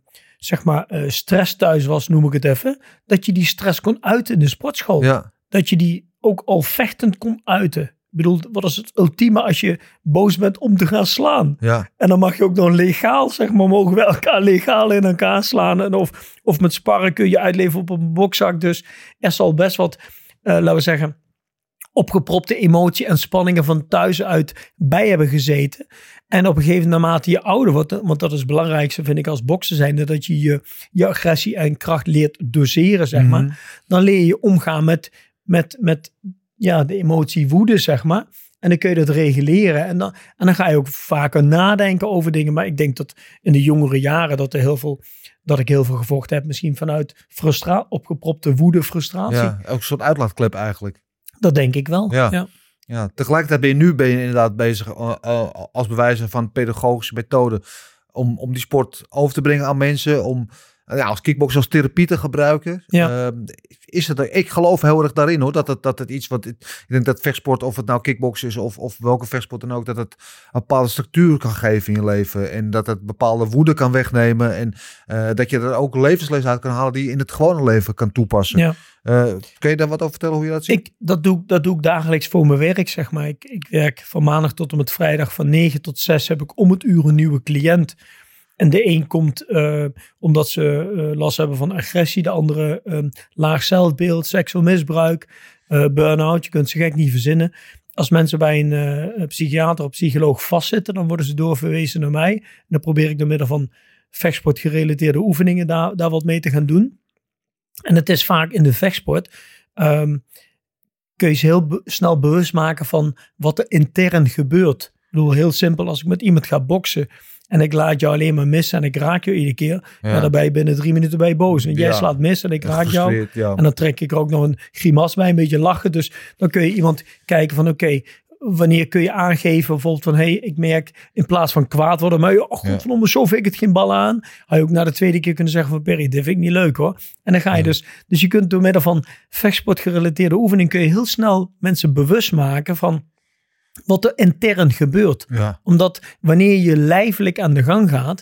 stress thuis was, noem ik het even, dat je die stress kon uiten in de sportschool. Ja. Dat je die ook al vechtend kon uiten. Ik bedoel, wat is het ultieme als je boos bent om te gaan slaan? Ja. En dan mag je ook nog legaal, zeg maar, mogen we elkaar legaal in elkaar slaan. En of met sparren kun je uitleven op een bokzak. Dus er zal best wat, laten we zeggen, opgepropte emotie en spanningen van thuis uit bij hebben gezeten. En op een gegeven moment, naarmate je ouder wordt, want dat is het belangrijkste, vind ik, als bokser zijnde, dat je je agressie en kracht leert doseren, zeg maar. Dan leer je omgaan met de emotie woede, zeg maar. En dan kun je dat reguleren. En dan ga je ook vaker nadenken over dingen. Maar ik denk dat in de jongere jaren dat ik heel veel gevochten heb. Misschien vanuit opgepropte woede, frustratie. Ja, ook een soort uitlaatklep eigenlijk. Dat denk ik wel, ja. Tegelijkertijd ben je inderdaad bezig als bewijzer van pedagogische methode. Om die sport over te brengen aan mensen. Om als kickboxer als therapie te gebruiken. Ja. Ik geloof heel erg daarin hoor. Dat het iets wat... Ik denk dat vechtsport, of het nou kickboxen is of welke vechtsport dan ook, dat het een bepaalde structuur kan geven in je leven. En dat het bepaalde woede kan wegnemen. En dat je er ook levensles uit kan halen die je in het gewone leven kan toepassen. Ja. Kun je daar wat over vertellen hoe je dat ziet? Dat doe ik dagelijks voor mijn werk, zeg maar. Ik werk van maandag tot en met vrijdag van 9 tot 6 heb ik om het uur een nieuwe cliënt. En de een komt omdat ze last hebben van agressie. De andere laag zelfbeeld, seksueel misbruik, burn-out. Je kunt ze gek niet verzinnen. Als mensen bij een psychiater of psycholoog vastzitten, dan worden ze doorverwezen naar mij. En dan probeer ik door middel van vechtsport gerelateerde oefeningen daar wat mee te gaan doen. En het is vaak in de vechtsport, kun je ze heel snel bewust maken van wat er intern gebeurt. Ik bedoel, heel simpel, als ik met iemand ga boksen en ik laat jou alleen maar missen en ik raak je iedere keer, dan ben je binnen 3 minuten bij boos. En jij slaat mis en ik raak jou. Ja. En dan trek ik er ook nog een grimas bij, een beetje lachen. Dus dan kun je iemand kijken van oké, wanneer kun je aangeven bijvoorbeeld van ik merk in plaats van kwaad worden, maar godverdomme, zo vind ik het geen bal aan. Had je ook na de tweede keer kunnen zeggen van Perry, dit vind ik niet leuk hoor. En dan ga je dus je kunt door middel van vechtsport gerelateerde oefening kun je heel snel mensen bewust maken van wat er intern gebeurt. Ja. Omdat wanneer je lijfelijk aan de gang gaat,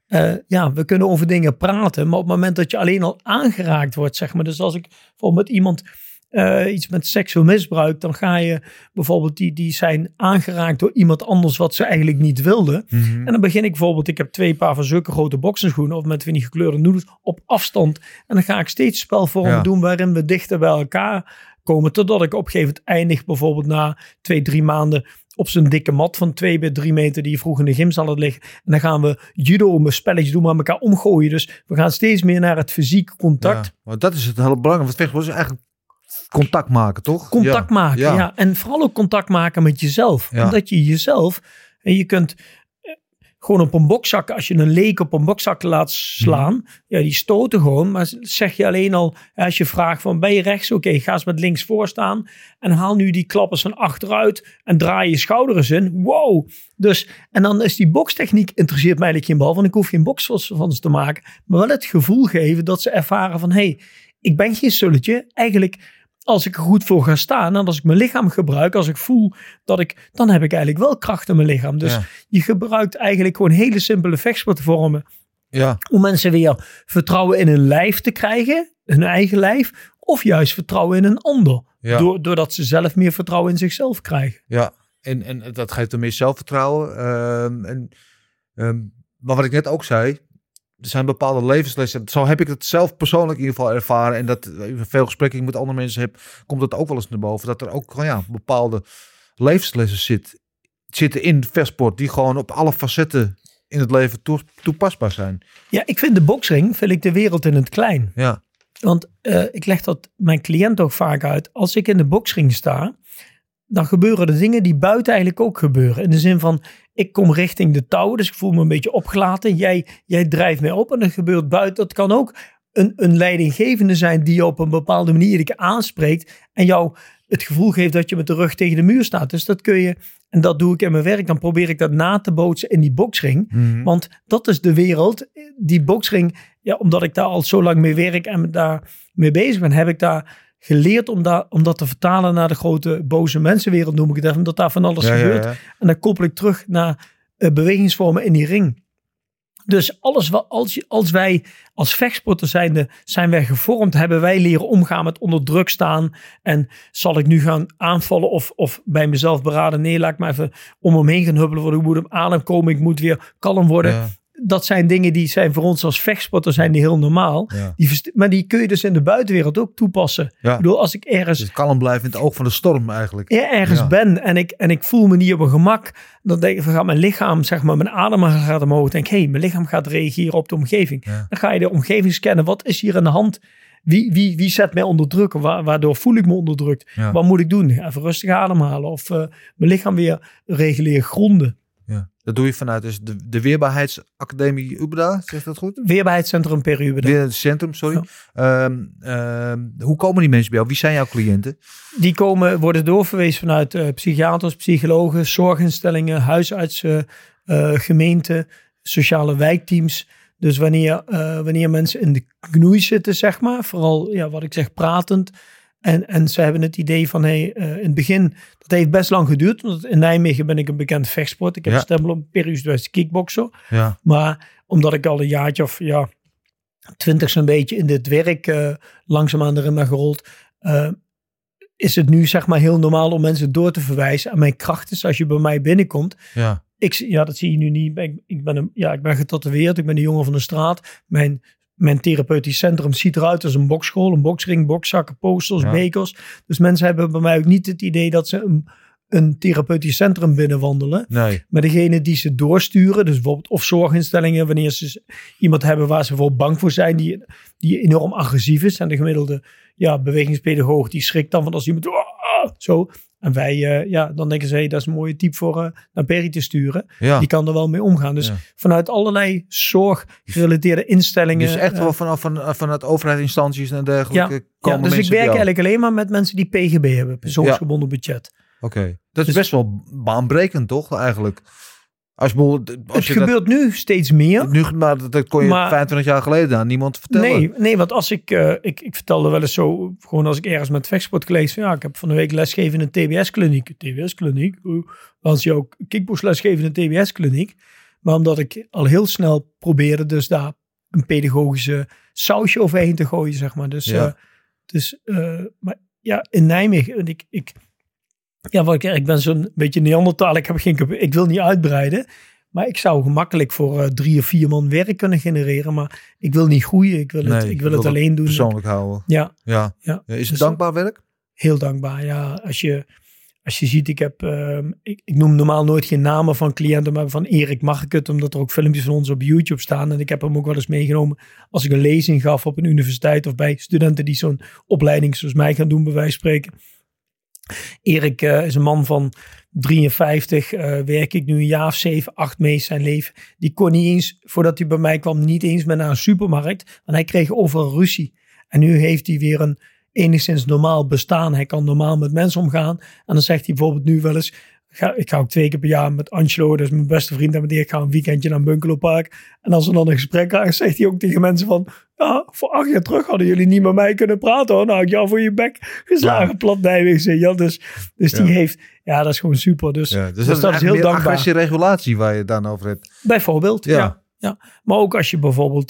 we kunnen over dingen praten, maar op het moment dat je alleen al aangeraakt wordt, zeg maar. Dus als ik bijvoorbeeld met iemand iets met seksueel misbruik, dan ga je bijvoorbeeld die zijn aangeraakt door iemand anders wat ze eigenlijk niet wilden. Mm-hmm. En dan begin ik bijvoorbeeld, ik heb 2 paar van zulke grote boksenschoenen of met van die gekleurde noedels op afstand. En dan ga ik steeds spelvormen doen waarin we dichter bij elkaar komen, totdat ik op een gegeven moment eindig bijvoorbeeld na 2-3 maanden op zo'n dikke mat van 2 bij 3 meter die je vroeger in de gym zal het liggen. En dan gaan we judo, een spelletje doen, maar elkaar omgooien. Dus we gaan steeds meer naar het fysiek contact. Ja, maar dat is het hele belangrijke. Wat vechtsport is eigenlijk contact maken, toch? Contact maken, ja. En vooral ook contact maken met jezelf. Ja. Omdat je jezelf, en je kunt gewoon op een bokzak, als je een leek op een bokzak laat slaan, die stoten gewoon. Maar zeg je alleen al, als je vraagt van, ben je rechts? Oké, ga eens met links voor staan en haal nu die klappers van achteruit en draai je schouder eens in. Wow! Dus, en dan is die bokstechniek, interesseert mij eigenlijk geen bal, want ik hoef geen boks van ze te maken, maar wel het gevoel geven dat ze ervaren van, ik ben geen sulletje. Eigenlijk, als ik er goed voor ga staan en als ik mijn lichaam gebruik, als ik voel dan heb ik eigenlijk wel kracht in mijn lichaam. Dus je gebruikt eigenlijk gewoon hele simpele vechtsportvormen om mensen weer vertrouwen in hun lijf te krijgen, hun eigen lijf, of juist vertrouwen in een ander. Ja. Doordat ze zelf meer vertrouwen in zichzelf krijgen. Ja, en dat geeft er meer zelfvertrouwen. Maar wat ik net ook zei, er zijn bepaalde levenslessen. Zo heb ik het zelf persoonlijk in ieder geval ervaren. En dat veel gesprekken met andere mensen heb, komt het ook wel eens naar boven. Dat er ook bepaalde levenslessen zitten in vechtsport. Die gewoon op alle facetten in het leven toepasbaar zijn. Ja, ik vind de boksring, de wereld in het klein. Ja. Want ik leg dat mijn cliënt ook vaak uit. Als ik in de boksring sta, dan gebeuren er dingen die buiten eigenlijk ook gebeuren. In de zin van, ik kom richting de touw, dus ik voel me een beetje opgelaten. Jij drijft mij op en er gebeurt buiten. Dat kan ook een leidinggevende zijn die je op een bepaalde manier aanspreekt en jou het gevoel geeft dat je met de rug tegen de muur staat. Dus dat kun je, en dat doe ik in mijn werk, dan probeer ik dat na te bootsen in die boksring. Mm-hmm. Want dat is de wereld, die boksring, omdat ik daar al zo lang mee werk en daar mee bezig ben, heb ik daar geleerd om dat te vertalen naar de grote boze mensenwereld, noem ik het even, omdat daar van alles gebeurt. Ja. En dan koppel ik terug naar bewegingsvormen in die ring. Dus als wij als vechtsporter zijn wij gevormd, hebben wij leren omgaan met onder druk staan. En zal ik nu gaan aanvallen of bij mezelf beraden, nee, laat ik maar even om hem heen gaan huppelen, want ik moet op adem komen, ik moet weer kalm worden. Ja. Dat zijn dingen die zijn voor ons als vechtsporter zijn die heel normaal. Ja. Maar die kun je dus in de buitenwereld ook toepassen. Ja. Ik bedoel, als ik ergens... Dus kalm blijven in het oog van de storm eigenlijk. Ergens ben en ik voel me niet op een gemak. Dan denk ik, gaat mijn lichaam, zeg maar, mijn adem gaat omhoog. Denk mijn lichaam gaat reageren op de omgeving. Ja. Dan ga je de omgeving scannen. Wat is hier aan de hand? Wie zet mij onder druk? Waardoor voel ik me onderdrukt? Ja. Wat moet ik doen? Even rustig ademhalen. Of mijn lichaam weer reguleren, gronden. Ja. Dat doe je vanuit dus de Weerbaarheidsacademie Ubeda, zegt dat goed? Weerbaarheidscentrum per Ubeda. Centrum, sorry. Ja. Hoe komen die mensen bij jou? Wie zijn jouw cliënten? Die worden doorverwezen vanuit psychiaters, psychologen, zorginstellingen, huisartsen, gemeenten, sociale wijkteams. Dus wanneer mensen in de knoei zitten, zeg maar, vooral wat ik zeg, pratend. En ze hebben het idee van, in het begin, dat heeft best lang geduurd. Want in Nijmegen ben ik een bekend vechtsport. Ik heb een stempel op Perius kickbokser. Ja. Maar omdat ik al een jaartje of 20 zo'n beetje in dit werk langzaamaan erin ben gerold, is het nu zeg maar heel normaal om mensen door te verwijzen. En mijn kracht is, als je bij mij binnenkomt. Ja. Dat zie je nu niet. Ik ben getatoeëerd. Ik ben een jongen van de straat. Mijn therapeutisch centrum ziet eruit als een boksschool, een boksring, bokszakken, posters, bekers. Dus mensen hebben bij mij ook niet het idee dat ze een therapeutisch centrum binnenwandelen. Nee. Maar degene die ze doorsturen, dus bijvoorbeeld of zorginstellingen, wanneer ze iemand hebben waar ze bijvoorbeeld bang voor zijn, die enorm agressief is. En de gemiddelde bewegingspedagoog die schrikt dan van als iemand zo. En wij, dan denken ze, dat is een mooie type voor naar Perry te sturen. Ja. Die kan er wel mee omgaan. Dus vanuit allerlei zorggerelateerde instellingen. Dus echt wel vanuit overheidsinstanties en dergelijke komen dus mensen ik werk eigenlijk alleen maar met mensen die PGB hebben. Persoonsgebonden budget. Oké. Dat is best wel baanbrekend, toch? Eigenlijk. Het gebeurt nu steeds meer. Nu, maar dat kon je 25 jaar geleden aan niemand vertellen. Nee, want als ik vertelde wel eens zo, gewoon als ik ergens met vechtsport gelezen, ik heb van de week lesgegeven in een TBS-kliniek. TBS-kliniek? Als je ook kickbox lesgeven in een TBS-kliniek. Maar omdat ik al heel snel probeerde dus daar een pedagogische sausje overheen te gooien, zeg maar. Maar in Nijmegen, ik ben zo'n beetje Neandertaal. Ik wil niet uitbreiden. Maar ik zou gemakkelijk voor 3 of 4 man werk kunnen genereren. Maar ik wil niet groeien. Ik wil het alleen doen. Persoonlijk houden. Ja. Is het dankbaar werk? Heel dankbaar, ja. Als je ziet, ik noem normaal nooit geen namen van cliënten. Maar van Erik mag ik het. Omdat er ook filmpjes van ons op YouTube staan. En ik heb hem ook wel eens meegenomen. Als ik een lezing gaf op een universiteit. Of bij studenten die zo'n opleiding zoals mij gaan doen, bij wijze van spreken. Erik is een man van 53, werk ik nu een jaar of 7, 8 mee zijn leven. Die kon niet eens, voordat hij bij mij kwam, niet eens meer naar een supermarkt. Want hij kreeg overal ruzie. En nu heeft hij weer een enigszins normaal bestaan. Hij kan normaal met mensen omgaan. En dan zegt hij bijvoorbeeld nu wel eens, ik ga ook 2 keer per jaar met Angelo, dat is mijn beste vriend, en met die ik ga een weekendje naar een bungalowpark. En als we dan een gesprek krijgen, zegt hij ook tegen mensen van, voor 8 jaar terug hadden jullie niet met mij kunnen praten hoor. Nou, ik jou voor je bek geslagen, plat Nijmegen. Dus die heeft, dat is gewoon super. Dus dat is heel dankbaar. Agressie-regulatie waar je het dan over hebt. Bijvoorbeeld, ja. Maar ook als je bijvoorbeeld,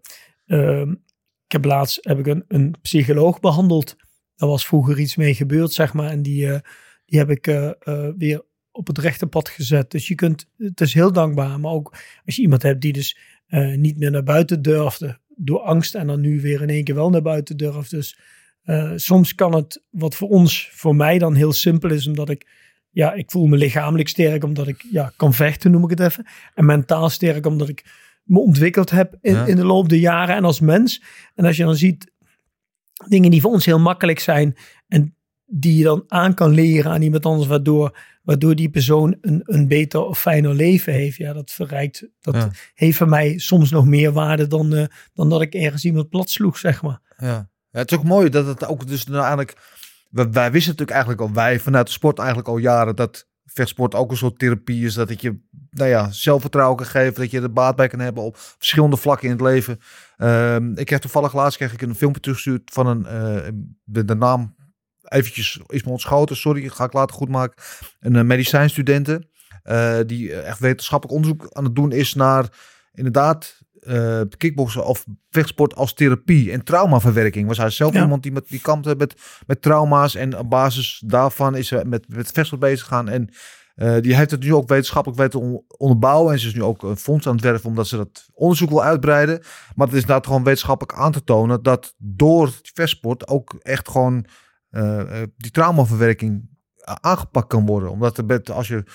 heb ik een psycholoog behandeld. Daar was vroeger iets mee gebeurd, zeg maar. En die heb ik weer op het rechte pad gezet. Dus het is heel dankbaar. Maar ook als je iemand hebt die dus niet meer naar buiten durfde door angst en dan nu weer in één keer wel naar buiten durft. Dus soms kan het, wat voor mij dan heel simpel is, omdat ik voel me lichamelijk sterk, omdat ik kan vechten, noem ik het even. En mentaal sterk, omdat ik me ontwikkeld heb in de loop der jaren en als mens. En als je dan ziet dingen die voor ons heel makkelijk zijn en die je dan aan kan leren aan iemand anders, waardoor die persoon een beter of fijner leven heeft. Ja, dat verrijkt. Dat heeft voor mij soms nog meer waarde dan dat ik ergens iemand plat sloeg, zeg maar. Ja, het is ook mooi dat het ook dus nou eigenlijk, wij wisten natuurlijk eigenlijk al, wij vanuit de sport eigenlijk al jaren, dat vechtsport ook een soort therapie is, dat het je zelfvertrouwen kan geven, dat je er baat bij kan hebben op verschillende vlakken in het leven. Ik heb toevallig laatst een filmpje teruggestuurd van de naam eventjes is me ontschoten, sorry, ga ik later goed maken. Een medicijnstudenten die echt wetenschappelijk onderzoek aan het doen is naar inderdaad kickboksen of vechtsport als therapie en traumaverwerking. Was hij zelf iemand die kampte met trauma's en op basis daarvan is hij met vechtsport bezig gegaan en die heeft het nu ook wetenschappelijk weten onderbouwen en ze is nu ook een fonds aan het werven omdat ze dat onderzoek wil uitbreiden. Maar het is inderdaad gewoon wetenschappelijk aan te tonen dat door vechtsport ook echt gewoon die traumaverwerking aangepakt kan worden. Omdat als je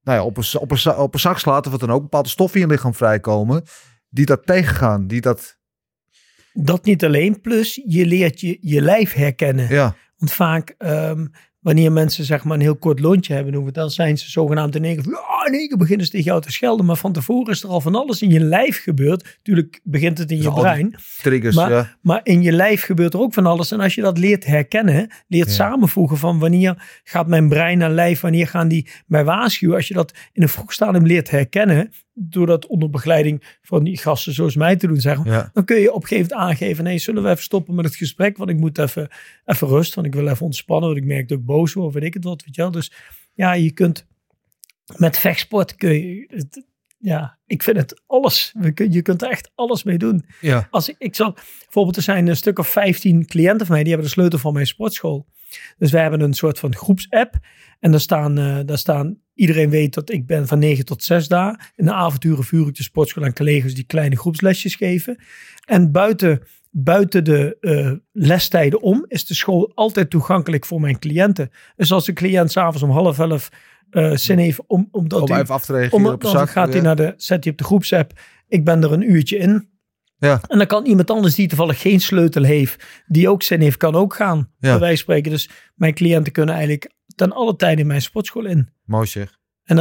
op een zak slaat of wat dan ook, bepaalde stoffen in je lichaam vrijkomen die dat tegengaan. Dat niet alleen, plus je leert je lijf herkennen. Ja. Want vaak wanneer mensen zeg maar een heel kort lontje hebben, dan zijn ze zogenaamd in één keer beginnen ze tegen jou te schelden. Maar van tevoren is er al van alles in je lijf gebeurd. Natuurlijk begint het in je brein. Triggers, maar in je lijf gebeurt er ook van alles. En als je dat leert herkennen, leert samenvoegen van wanneer gaat mijn brein naar lijf, wanneer gaan die mij waarschuwen. Als je dat in een vroeg stadium leert herkennen, door dat onder begeleiding van die gasten zoals mij te doen, zeg maar, dan kun je op een gegeven moment aangeven, nee, zullen we even stoppen met het gesprek, want ik moet even rust, want ik wil even ontspannen, want ik merk dat ik boos word, weet ik het wat, weet je wel. Dus je kunt met vechtsport ik vind het alles. Je kunt er echt alles mee doen. Ja. Bijvoorbeeld, er zijn een stuk of 15 cliënten van mij, die hebben de sleutel van mijn sportschool. Dus wij hebben een soort van groepsapp. En daar staan, iedereen weet dat ik ben van 9 tot 6 daar. In de avonturen vuur ik de sportschool aan collega's die kleine groepslesjes geven. En buiten de lestijden om is de school altijd toegankelijk voor mijn cliënten. Dus als de cliënt 's avonds om 10:30 zin heeft om even af te reageren op de zak. Zet hij op de groepsapp. Ik ben er een uurtje in. Ja. En dan kan iemand anders die toevallig geen sleutel heeft, die ook zin heeft, kan ook gaan. Bij wijze van spreken. Dus mijn cliënten kunnen eigenlijk ten alle tijde in mijn sportschool in. Mooi zeg.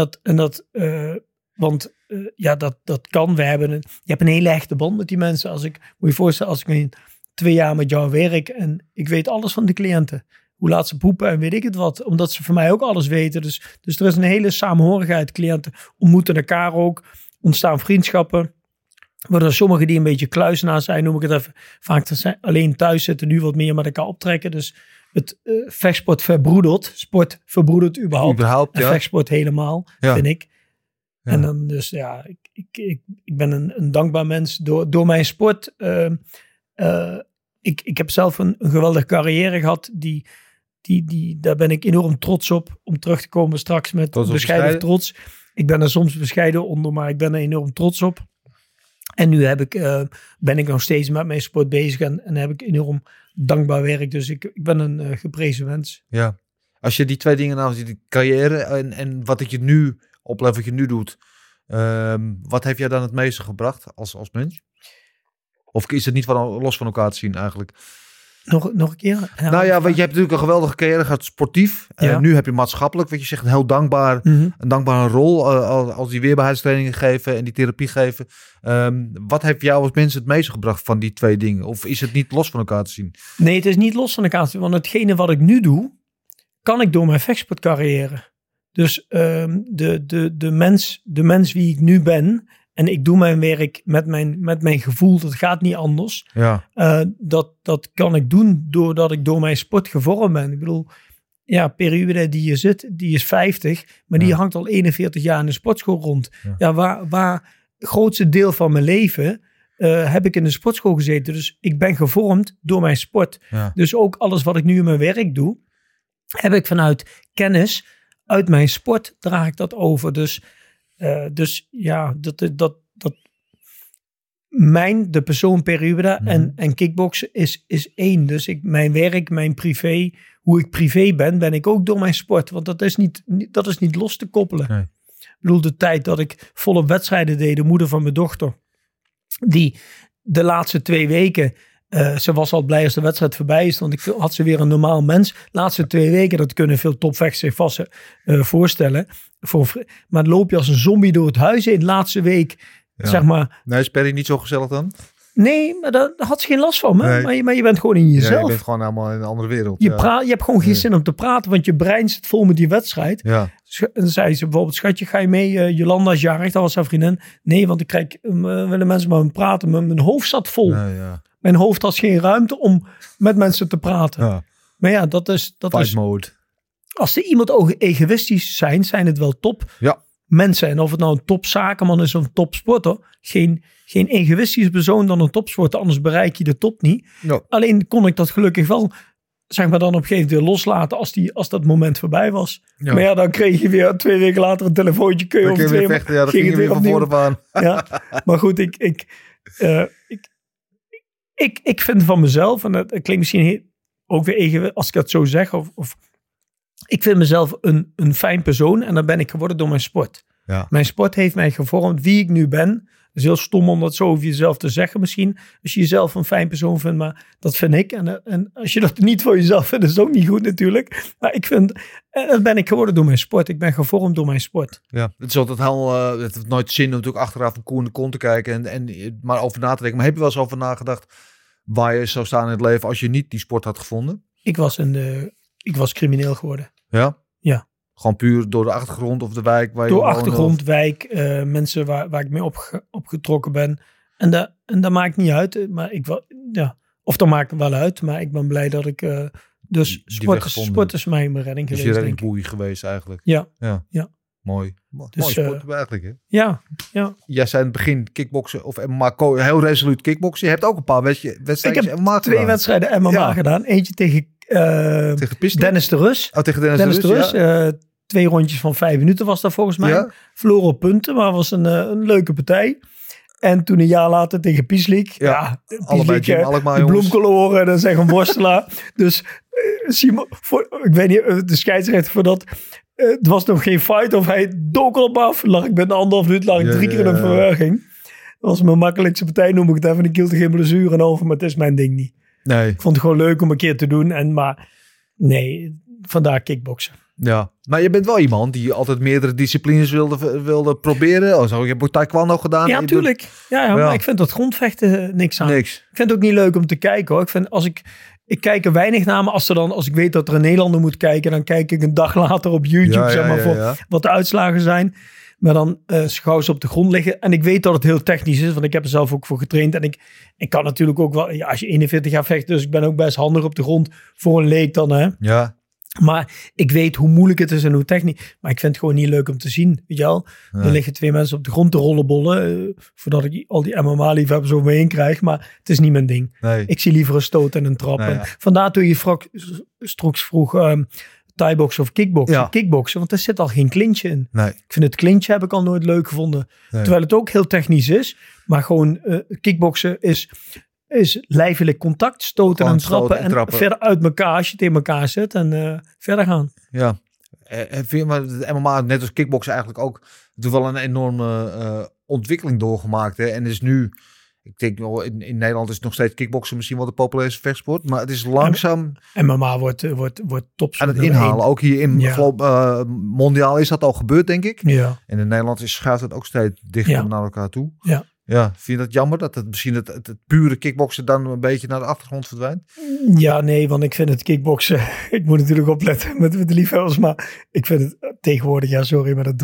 Dat kan. Je hebt een hele hechte band met die mensen. Moet je voorstellen, als ik 2 jaar met jou werk en ik weet alles van de cliënten. Hoe laat ze poepen en weet ik het wat. Omdat ze van mij ook alles weten. Dus er is een hele samenhorigheid. Cliënten ontmoeten elkaar ook. Ontstaan vriendschappen. Waardoor sommigen die een beetje kluisenaar zijn, noem ik het even. Vaak zijn alleen thuis zitten, nu wat meer met elkaar optrekken. Dus het vechtsport verbroedelt. Sport verbroedelt überhaupt. En vechtsport helemaal, vind ik. Ja. En dan dus ik ben een dankbaar mens door mijn sport. Ik heb zelf een geweldige carrière gehad. Daar ben ik enorm trots op. Om terug te komen straks met bescheiden trots. Ik ben er soms bescheiden onder, maar ik ben er enorm trots op. En nu ben ik nog steeds met mijn sport bezig en heb ik enorm dankbaar werk. Dus ik ben een geprezen mens. Ja. Als je die 2 dingen nou, die carrière en wat je nu oplevert, wat je nu doet. Wat heeft jij dan het meeste gebracht als mens? Of is het niet los van elkaar te zien eigenlijk? Nog een keer? Nou ja, je hebt natuurlijk een geweldige carrière gehad, sportief. Ja. Nu heb je maatschappelijk, wat je zegt, heel dankbaar. Een dankbare rol als die weerbaarheidstrainingen geven en die therapie geven. Wat heeft jou als mens het meeste gebracht van die 2 dingen? Of is het niet los van elkaar te zien? Nee, het is niet los van elkaar te zien. Want hetgene wat ik nu doe, kan ik door mijn vechtsportcarrière. Dus de mens wie ik nu ben, en ik doe mijn werk met mijn gevoel, dat gaat niet anders. Ja. Dat kan ik doen doordat ik door mijn sport gevormd ben. Ik bedoel, periode die je zit, die is 50, maar die hangt al 41 jaar in de sportschool rond. Ja, waar het grootste deel van mijn leven heb ik in de sportschool gezeten. Dus ik ben gevormd door mijn sport. Ja. Dus ook alles wat ik nu in mijn werk doe, heb ik vanuit kennis uit mijn sport draag ik dat over. Dus de persoon Peruida en kickboksen is 1. Dus mijn werk, mijn privé, hoe ik privé ben ik ook door mijn sport. Want dat is niet los te koppelen. Nee. Ik bedoel, de tijd dat ik volop wedstrijden deed, de moeder van mijn dochter, die de laatste 2 weken, ze was al blij als de wedstrijd voorbij is, want ik had ze weer een normaal mens. De laatste 2 weken, dat kunnen veel topvechters zich vast voorstellen. Maar dan loop je als een zombie door het huis in de laatste week. Ja. Zeg maar. Nee, is Perry niet zo gezellig dan? Nee, maar daar had ze geen last van. Nee. Maar je bent gewoon in jezelf. Ja, je bent gewoon helemaal in een andere wereld. Je hebt gewoon geen zin om te praten, want je brein zit vol met die wedstrijd. Ja. En dan zei ze bijvoorbeeld, schatje, ga je mee? Jolanda is jarig, dat was haar vriendin. Nee, want willen mensen met me praten. Mijn hoofd zat vol. Ja. Mijn hoofd had geen ruimte om met mensen te praten. Ja. Maar ja, dat is... Fight mode. Als er iemand egoïstisch zijn het wel top mensen. En of het nou een topzakenman is of een topsporter. Geen egoïstisch persoon dan een topsporter. Anders bereik je de top niet. Ja. Alleen kon ik dat gelukkig wel, zeg maar, dan op een gegeven moment loslaten als dat moment voorbij was. Ja. Maar ja, dan kreeg je weer 2 weken later een telefoontje. Kun je over 2 vechten, ja, dan ging je weer van voren aan. Ja, maar goed, ik vind van mezelf, en dat klinkt misschien ook weer egoïstisch als ik dat zo zeg, of ik vind mezelf een fijn persoon en dat ben ik geworden door mijn sport. Ja. Mijn sport heeft mij gevormd wie ik nu ben. Het is heel stom om dat zo over jezelf te zeggen misschien. Als je jezelf een fijn persoon vindt, maar dat vind ik. En als je dat niet voor jezelf vindt, is het ook niet goed natuurlijk. Maar ik vind, dat ben ik geworden door mijn sport. Ik ben gevormd door mijn sport. Ja, het is altijd het heeft nooit zin om natuurlijk achteraf een koe in de kont te kijken en maar over na te denken. Maar heb je wel eens over nagedacht waar je zou staan in het leven als je niet die sport had gevonden? Ik was crimineel geworden. Ja? Ja. Gewoon puur door de achtergrond of de wijk? Waar je door achtergrond, wijk, mensen waar ik mee opgetrokken ben. En dat maakt niet uit. Maar of dat maakt wel uit. Maar ik ben blij dat ik... dus sport is mijn redding geweest. Dus je reddingboei geweest eigenlijk. Ja. Mooi. Dus, mooi sport eigenlijk, hè? Ja. Jij zei in het begin kickboksen of MMA, heel resoluut kickboksen. Je hebt ook een paar wedstrijden ik heb 2 wedstrijden MMA gedaan. Eentje tegen Dennis de Rus. Oh, tegen Dennis de Rus, ja. 2 rondjes van 5 minuten was dat volgens mij. Ja. Verloren op punten, maar was een leuke partij. En toen een jaar later tegen Pieslik. Ja, allebei Jim Alkmaar, de bloemkoloren en dan zeg een worstelaar. Dus Simon, ik weet niet, de scheidsrechter voor dat... Het was nog geen fight of hij dook op af. Ik ben 1,5 minuut lang 3 keer in een verwerking. was mijn makkelijkste partij, noem ik het even. Ik hield er geen blessure over, maar het is mijn ding niet. Nee. Ik vond het gewoon leuk om een keer te doen. Maar nee, vandaar kickboksen. Ja, maar je bent wel iemand die altijd meerdere disciplines wilde proberen. Oh, zo, je hebt ook taekwondo gedaan. Ja, tuurlijk. Ja, maar ik vind dat grondvechten niks aan. Ik vind het ook niet leuk om te kijken, hoor. Ik vind ik kijk er weinig naar, maar als ik weet dat er een Nederlander moet kijken, dan kijk ik een dag later op YouTube, voor wat de uitslagen zijn. Maar dan gauw ze op de grond liggen. En ik weet dat het heel technisch is, want ik heb er zelf ook voor getraind. En ik kan natuurlijk ook wel, als je 41 jaar vecht, dus ik ben ook best handig op de grond voor een leek dan, hè. Ja. Maar ik weet hoe moeilijk het is en hoe technisch. Maar ik vind het gewoon niet leuk om te zien. Weet je wel? Ja. Er liggen 2 mensen op de grond te rollenbollen. Voordat ik al die MMA-liefhebbers over me heen krijg. Maar het is niet mijn ding. Nee. Ik zie liever een stoot en een trap. Nee, en vandaar toen je straks vroeg thai-boksen of kickboksen. Ja. Kickboksen, want er zit al geen clinch in. Nee. Ik vind het clinch heb ik al nooit leuk gevonden. Nee. Terwijl het ook heel technisch is. Maar gewoon kickboksen is lijfelijk contact, stoten en trappen. En verder uit elkaar, als je tegen elkaar zit en verder gaan. Ja, vind je maar het MMA, net als kickboksen eigenlijk ook, het wel een enorme ontwikkeling doorgemaakt. Hè? En is nu, ik denk in Nederland is nog steeds kickboksen misschien wel de populairste vechtsport, maar het is langzaam... MMA wordt top. Aan het inhalen. Ook hier in mondiaal is dat al gebeurd, denk ik. Ja. En in Nederland schuift het ook steeds dichter naar elkaar toe. Ja. Ja, vind je dat jammer dat het misschien het pure kickboksen dan een beetje naar de achtergrond verdwijnt? Ja, nee, want ik vind het kickboksen, ik moet natuurlijk opletten met de liefhebbers, maar ik vind het tegenwoordig, maar dat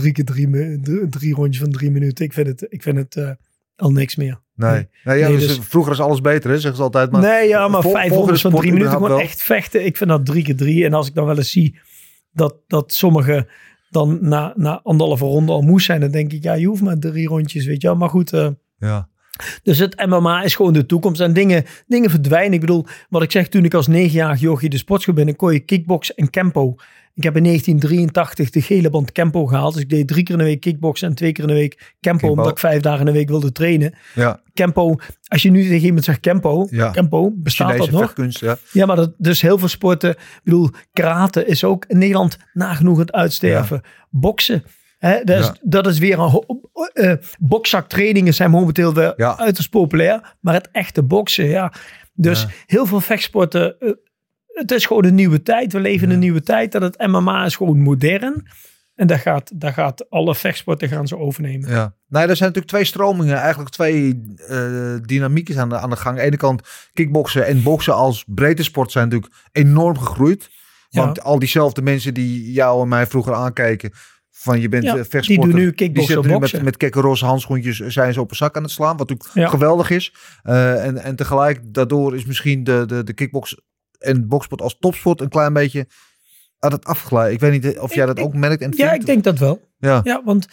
3 rondjes van 3 minuten, ik vind het al niks meer. Nee. Dus vroeger is alles beter, hè, zeggen ze altijd. Maar nee, maar 5 rondes van 3 minuten gewoon echt vechten. Ik vind dat 3x3 en als ik dan wel eens zie dat sommigen dan na 1,5 ronde al moe zijn, dan denk ik, je hoeft maar 3 rondjes, weet je wel. Maar goed, ja. Dus het MMA is gewoon de toekomst en dingen verdwijnen. Ik bedoel, wat ik zeg, toen ik als 9-jarig jochie de sportschool binnen, kon je kickboksen en kempo. Ik heb in 1983 de gele band kempo gehaald. Dus ik deed 3 keer in de week kickboksen en 2 keer in de week kempo. Omdat ik 5 dagen in de week wilde trainen. Ja. Kempo, als je nu tegen iemand zegt kempo, bestaat Chinese dat nog? Vechtkunst, ja, maar dus heel veel sporten. Ik bedoel, karate is ook in Nederland nagenoeg het uitsterven. Ja. Boksen. Dat is weer bokzaktrainingen zijn momenteel weer uiterst populair. Maar het echte boksen, Dus heel veel vechtsporten, het is gewoon een nieuwe tijd. We leven in een nieuwe tijd. Dat het MMA is gewoon modern. En daar gaat alle vechtsporten gaan ze overnemen. Ja. Nou, er zijn natuurlijk 2 stromingen. Eigenlijk 2 dynamiekjes aan de gang. Aan de ene kant kickboksen en boksen als breedte sport zijn natuurlijk enorm gegroeid. Want al diezelfde mensen die jou en mij vroeger aankeken... Van je bent vechtsporter. Die doen nu kickboksen of boksen. Nu met kekke roze handschoentjes zijn ze op een zak aan het slaan. Wat natuurlijk geweldig is. En tegelijk daardoor is misschien de kickbox en boksport als topsport een klein beetje aan het afglijden. Ik weet niet of jij dat ook merkt en vindt. Ik denk dat wel. Ja, want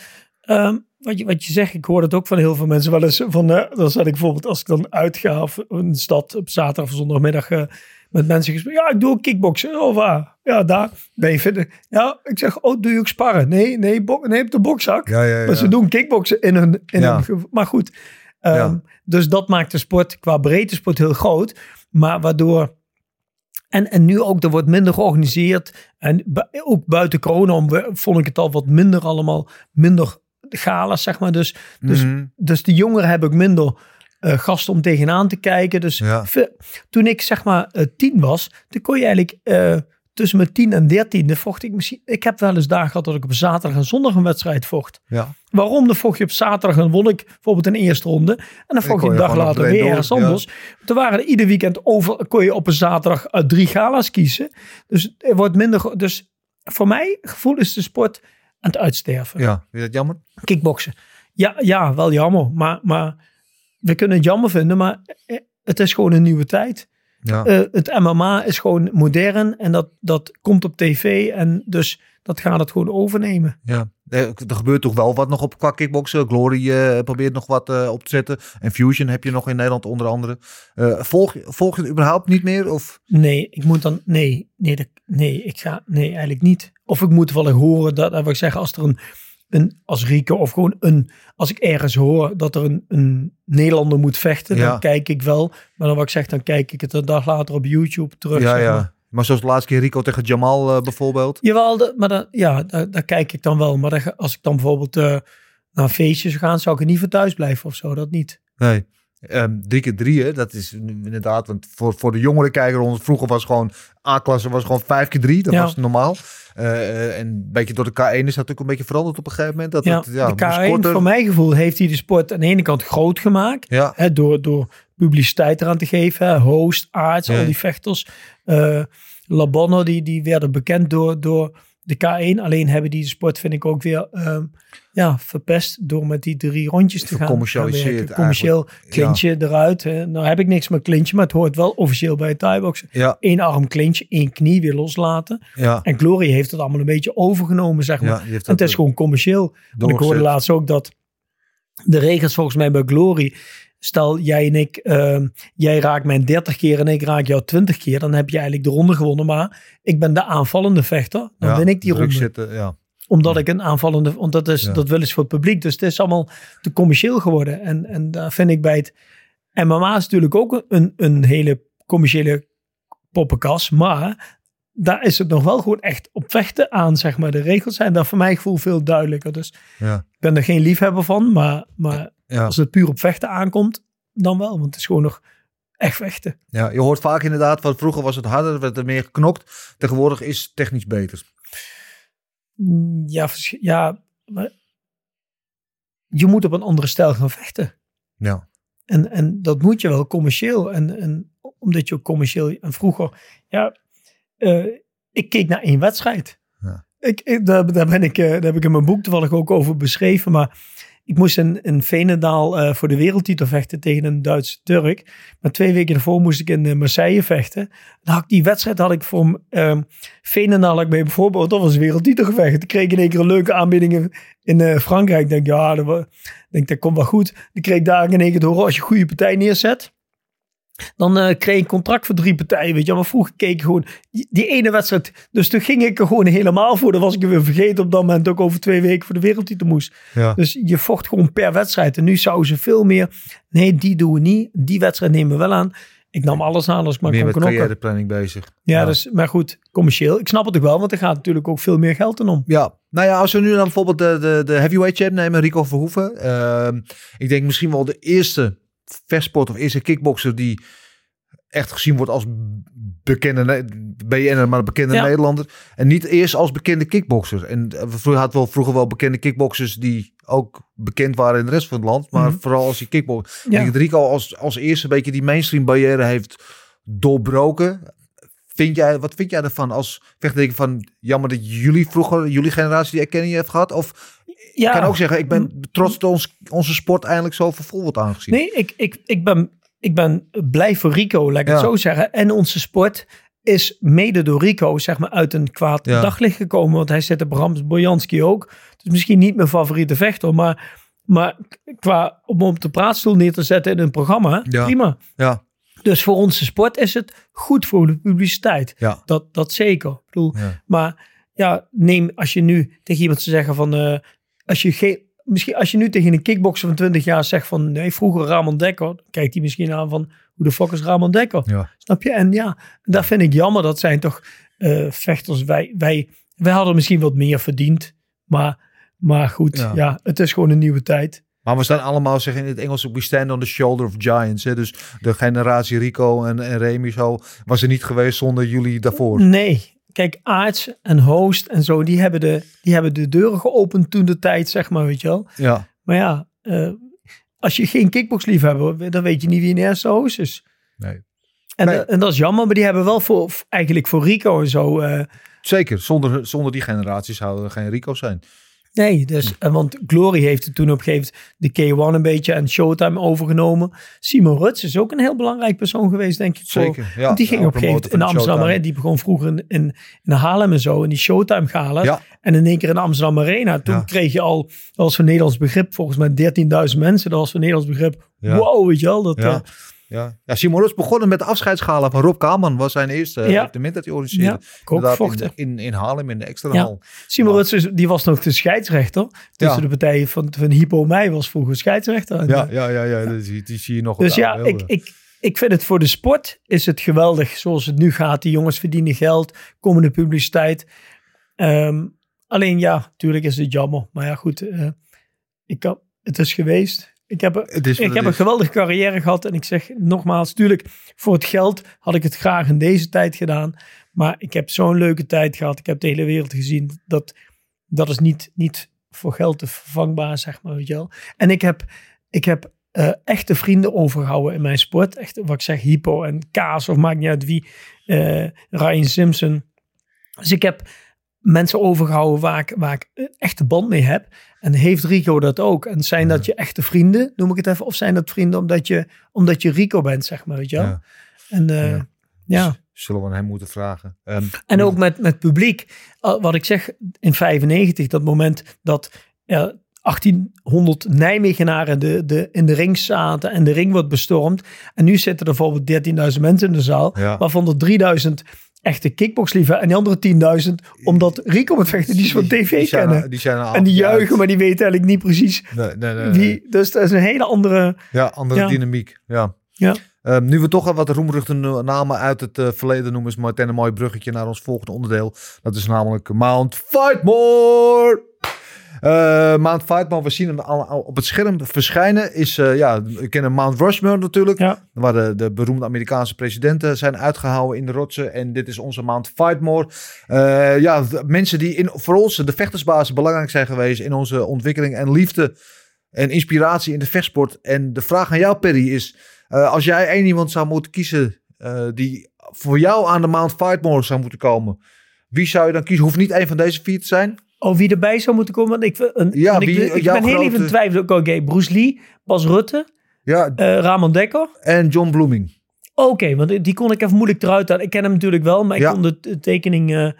wat je zegt, ik hoor het ook van heel veel mensen wel eens. Dan zat ik bijvoorbeeld als ik dan uitga of in de stad op zaterdag of zondagmiddag... met mensen gesproken. Ik doe kickboksen. Of daar ben je fit. Ja, ik zeg, doe je ook sparren? Nee, op de bokzak. Ja. Maar ze doen kickboksen in hun maar goed. Dus dat maakt de sport qua breedte sport heel groot. Maar waardoor... En nu ook, er wordt minder georganiseerd. En ook buiten corona vond ik het al wat minder allemaal. Minder galas, zeg maar. Dus de jongeren hebben ook minder... gasten om tegenaan te kijken. Dus toen ik zeg maar 10 was, dan kon je eigenlijk tussen mijn 10 en 13 vocht ik misschien. Ik heb wel eens dagen gehad dat ik op zaterdag en zondag een wedstrijd vocht. Ja. Waarom? Dan vocht je op zaterdag en won ik bijvoorbeeld een eerste ronde. En dan vocht je een dag later weer ergens anders. Ja. Toen waren er ieder weekend kon je op een zaterdag 3 gala's kiezen. Dus er wordt minder. Dus voor mij gevoel is de sport aan het uitsterven. Ja, vind je dat jammer? Kickboksen. Ja, wel jammer. Maar we kunnen het jammer vinden, maar het is gewoon een nieuwe tijd. Ja. Het MMA is gewoon modern en dat komt op tv en dus dat gaat het gewoon overnemen. Ja, er gebeurt toch wel wat nog op qua kickboksen. Glory probeert nog wat op te zetten. En Fusion heb je nog in Nederland onder andere. Volg je het überhaupt niet meer? Of? Nee, ik moet dan... Nee, eigenlijk niet. Of ik moet wel horen dat ik zeggen, als er als Rieke of gewoon als ik ergens hoor dat er een Nederlander moet vechten, dan kijk ik wel. Maar dan wat ik zeg, dan kijk ik het een dag later op YouTube terug. Ja. Maar zoals de laatste keer Rico tegen Jamal bijvoorbeeld. Jawel, maar daar kijk ik dan wel. Maar als ik dan bijvoorbeeld naar een feestje zou gaan, zou ik er niet voor thuis blijven of zo, dat niet. Nee. 3x3, hè, dat is inderdaad, want voor de jongere kijker, vroeger was gewoon A-klasse was gewoon 5x3, dat was normaal. En een beetje door de K1 is dat natuurlijk een beetje veranderd op een gegeven moment. De K1, voor mijn gevoel, heeft hij de sport aan de ene kant groot gemaakt, hè, door publiciteit eraan te geven, Host, Aerts, al die vechters. Labonno, die werden bekend door de K1. Alleen hebben die de sport, vind ik, ook weer verpest door met die 3 rondjes te gaan. Commercialiseerd. Commercieel klintje eruit. Nou heb ik niks met klintje, maar het hoort wel officieel bij het Thai-boksen. Ja. 1 arm klintje, 1 knie weer loslaten. Ja. En Glory heeft het allemaal een beetje overgenomen, zeg maar. Ja, en het is gewoon commercieel. En ik hoorde laatst ook dat de regels volgens mij bij Glory, stel jij en ik, jij raakt mij 30 keer en ik raak jou 20 keer, dan heb je eigenlijk de ronde gewonnen. Maar ik ben de aanvallende vechter, dan win ik die ronde. Zitten, omdat ik een aanvallende, want dat wil is voor het publiek. Dus het is allemaal te commercieel geworden. En daar vind ik bij het MMA is natuurlijk ook een hele commerciële poppenkast. Maar daar is het nog wel gewoon echt op vechten aan, zeg maar. De regels zijn daar voor mijn gevoel veel duidelijker. Dus ik ben er geen liefhebber van. Maar als het puur op vechten aankomt, dan wel. Want het is gewoon nog echt vechten. Ja, je hoort vaak inderdaad, want vroeger was het harder, werd er meer geknokt. Tegenwoordig is het technisch beter. Ja, maar je moet op een andere stijl gaan vechten. Ja. En dat moet je wel commercieel. En omdat je ook commercieel... En vroeger, ik keek naar 1 wedstrijd. Ja. Daar heb ik in mijn boek toevallig ook over beschreven. Maar ik moest in Veenendaal voor de wereldtitel vechten tegen een Duitse Turk. Maar 2 weken daarvoor moest ik in Marseille vechten. Die wedstrijd had ik voor Veenendaal bij bijvoorbeeld. Dat was een wereldtitelgevecht. Ik kreeg in één keer een leuke aanbieding in Frankrijk. Ik denk, dat komt wel goed. Dan kreeg ik daar in één keer door, als je een goede partij neerzet, dan kreeg ik een contract voor 3 partijen, weet je. Maar vroeger keek ik gewoon die ene wedstrijd. Dus toen ging ik er gewoon helemaal voor. Dan was ik er weer vergeten op dat moment ook over 2 weken voor de wereldtitel moest. Ja. Dus je vocht gewoon per wedstrijd. En nu zouden ze veel meer, nee, die doen we niet. Die wedstrijd nemen we wel aan. Ik nam alles aan als ik maar meer kon knokken. Meer met carrièreplanning bezig. Ja, dus, maar goed, commercieel. Ik snap het ook wel, want er gaat natuurlijk ook veel meer geld in om. Ja, nou ja, als we nu dan bijvoorbeeld de heavyweight champ nemen, Rico Verhoeven. Ik denk misschien wel de eerste vechtsport of eerste kickboxer die echt gezien wordt als bekende BN'er, maar bekende Nederlander. En niet eerst als bekende kickboxer. En we hadden vroeger wel bekende kickboxers die ook bekend waren in de rest van het land. Maar vooral als die kickboxer. Ja. Ik denk dat Rico als eerste een beetje die mainstream barrière heeft doorbroken. Wat vind jij ervan als vechter van jammer dat jullie generatie die erkenning heeft gehad? Of ik kan ook zeggen, ik ben trots dat onze sport eindelijk zo vol wordt aangezien. Nee, ik ben blij voor Rico, laat ik het zo zeggen. En onze sport is mede door Rico, zeg maar, uit een kwaad daglicht gekomen. Want hij zit op Bram Bojanski ook. Dus misschien niet mijn favoriete vechter, maar qua om op de praatstoel neer te zetten in een programma, prima. Ja. Dus voor onze sport is het goed voor de publiciteit. Ja. Dat zeker. Ik bedoel, maar neem als je nu tegen iemand te zeggen van, als je nu tegen een kickboxer van 20 jaar zegt van, nee, vroeger Ramon Dekker, dan kijkt hij misschien aan van, hoe de fuck is Ramon Dekker? Ja. Snap je? En dat vind ik jammer. Dat zijn toch vechters. Wij hadden misschien wat meer verdiend. Maar goed, het is gewoon een nieuwe tijd. Maar we staan allemaal, zeggen in het Engels, we stand on the shoulder of giants. Hè? Dus de generatie Rico en Remy zo was er niet geweest zonder jullie daarvoor. Nee. Kijk, Aerts en Host en zo, die hebben de deuren geopend toen de tijd, zeg maar, weet je wel. Ja. Maar als je geen kickboxliefhebber, dan weet je niet wie een eerste Host is. Nee. En dat is jammer, maar die hebben wel eigenlijk voor Rico en zo. Zeker, zonder die generatie zouden er geen Rico's zijn. Nee, want Glory heeft het toen op een gegeven moment de K1 een beetje en Showtime overgenomen. Simon Ruts is ook een heel belangrijk persoon geweest, denk ik. Zeker, ja. Die ging op een gegeven moment in Amsterdam Arena. Die begon vroeger in Haarlem en zo, in die Showtime gala. Ja. En in één keer in Amsterdam Arena. Toen kreeg je al, dat was voor Nederlands begrip, volgens mij 13.000 mensen. Dat was voor Nederlands begrip, wow, weet je wel. Simon Ruts begonnen met de afscheidsgala van Rob Kaman. Was zijn eerste evenement dat hij organiseerde. Ja, in Haarlem, in de extra hal. Simon Ruts, die was nog de scheidsrechter. Tussen de partijen van Hypo Meij was vroeger scheidsrechter. Die zie je nog. Dus ik vind het voor de sport is het geweldig zoals het nu gaat. Die jongens verdienen geld, komen de publiciteit. Alleen natuurlijk is het jammer. Maar ja, goed. het is geweest. Ik heb een geweldige carrière gehad. En ik zeg nogmaals, tuurlijk, voor het geld had ik het graag in deze tijd gedaan. Maar ik heb zo'n leuke tijd gehad. Ik heb de hele wereld gezien. Dat is niet voor geld te vervangbaar, zeg maar. Weet je wel. En ik heb echte vrienden overgehouden in mijn sport. Echt, wat ik zeg, Hypo en Kaas of maakt niet uit wie. Ryan Simpson. Dus ik heb mensen overgehouden waar ik een echte band mee heb. En heeft Rico dat ook? En zijn dat je echte vrienden, noem ik het even? Of zijn dat vrienden omdat je Rico bent, zeg maar, weet je wel? Ja. En Zullen we aan hem moeten vragen. En ook met publiek. Wat ik zeg, in 95, dat moment dat 1800 Nijmegenaren in de ring zaten en de ring wordt bestormd. En nu zitten er bijvoorbeeld 13.000 mensen in de zaal, waarvan er 3.000 echte kickboxlieven en die andere 10.000 omdat Rico met vechten die ze van tv kennen. Die zijn en die juichen, maar die weten eigenlijk niet precies wie. Dus dat is een hele andere... dynamiek. Ja. Nu we toch al wat roemruchte namen uit het verleden noemen, is meteen een mooi bruggetje naar ons volgende onderdeel. Dat is namelijk Mount Fightmore. Mount Fightmore, we zien hem al op het scherm verschijnen. We kennen Mount Rushmore natuurlijk. Ja. Waar de beroemde Amerikaanse presidenten zijn uitgehouden in de rotsen. En dit is onze Mount Fightmore. Mensen die voor ons, de vechtersbazen, belangrijk zijn geweest in onze ontwikkeling en liefde en inspiratie in de vechtsport. En de vraag aan jou, Perry, is... als jij één iemand zou moeten kiezen die voor jou aan de Mount Fightmore zou moeten komen, wie zou je dan kiezen? Hoeft niet een van deze 4 te zijn. Wie erbij zou moeten komen? Ik ben heel even in twijfel. Oké, Bruce Lee, Bas Rutte, Ramon Dekker. En John Blooming. Oké, want die kon ik even moeilijk eruit halen. Ik ken hem natuurlijk wel, maar ik kon de tekening...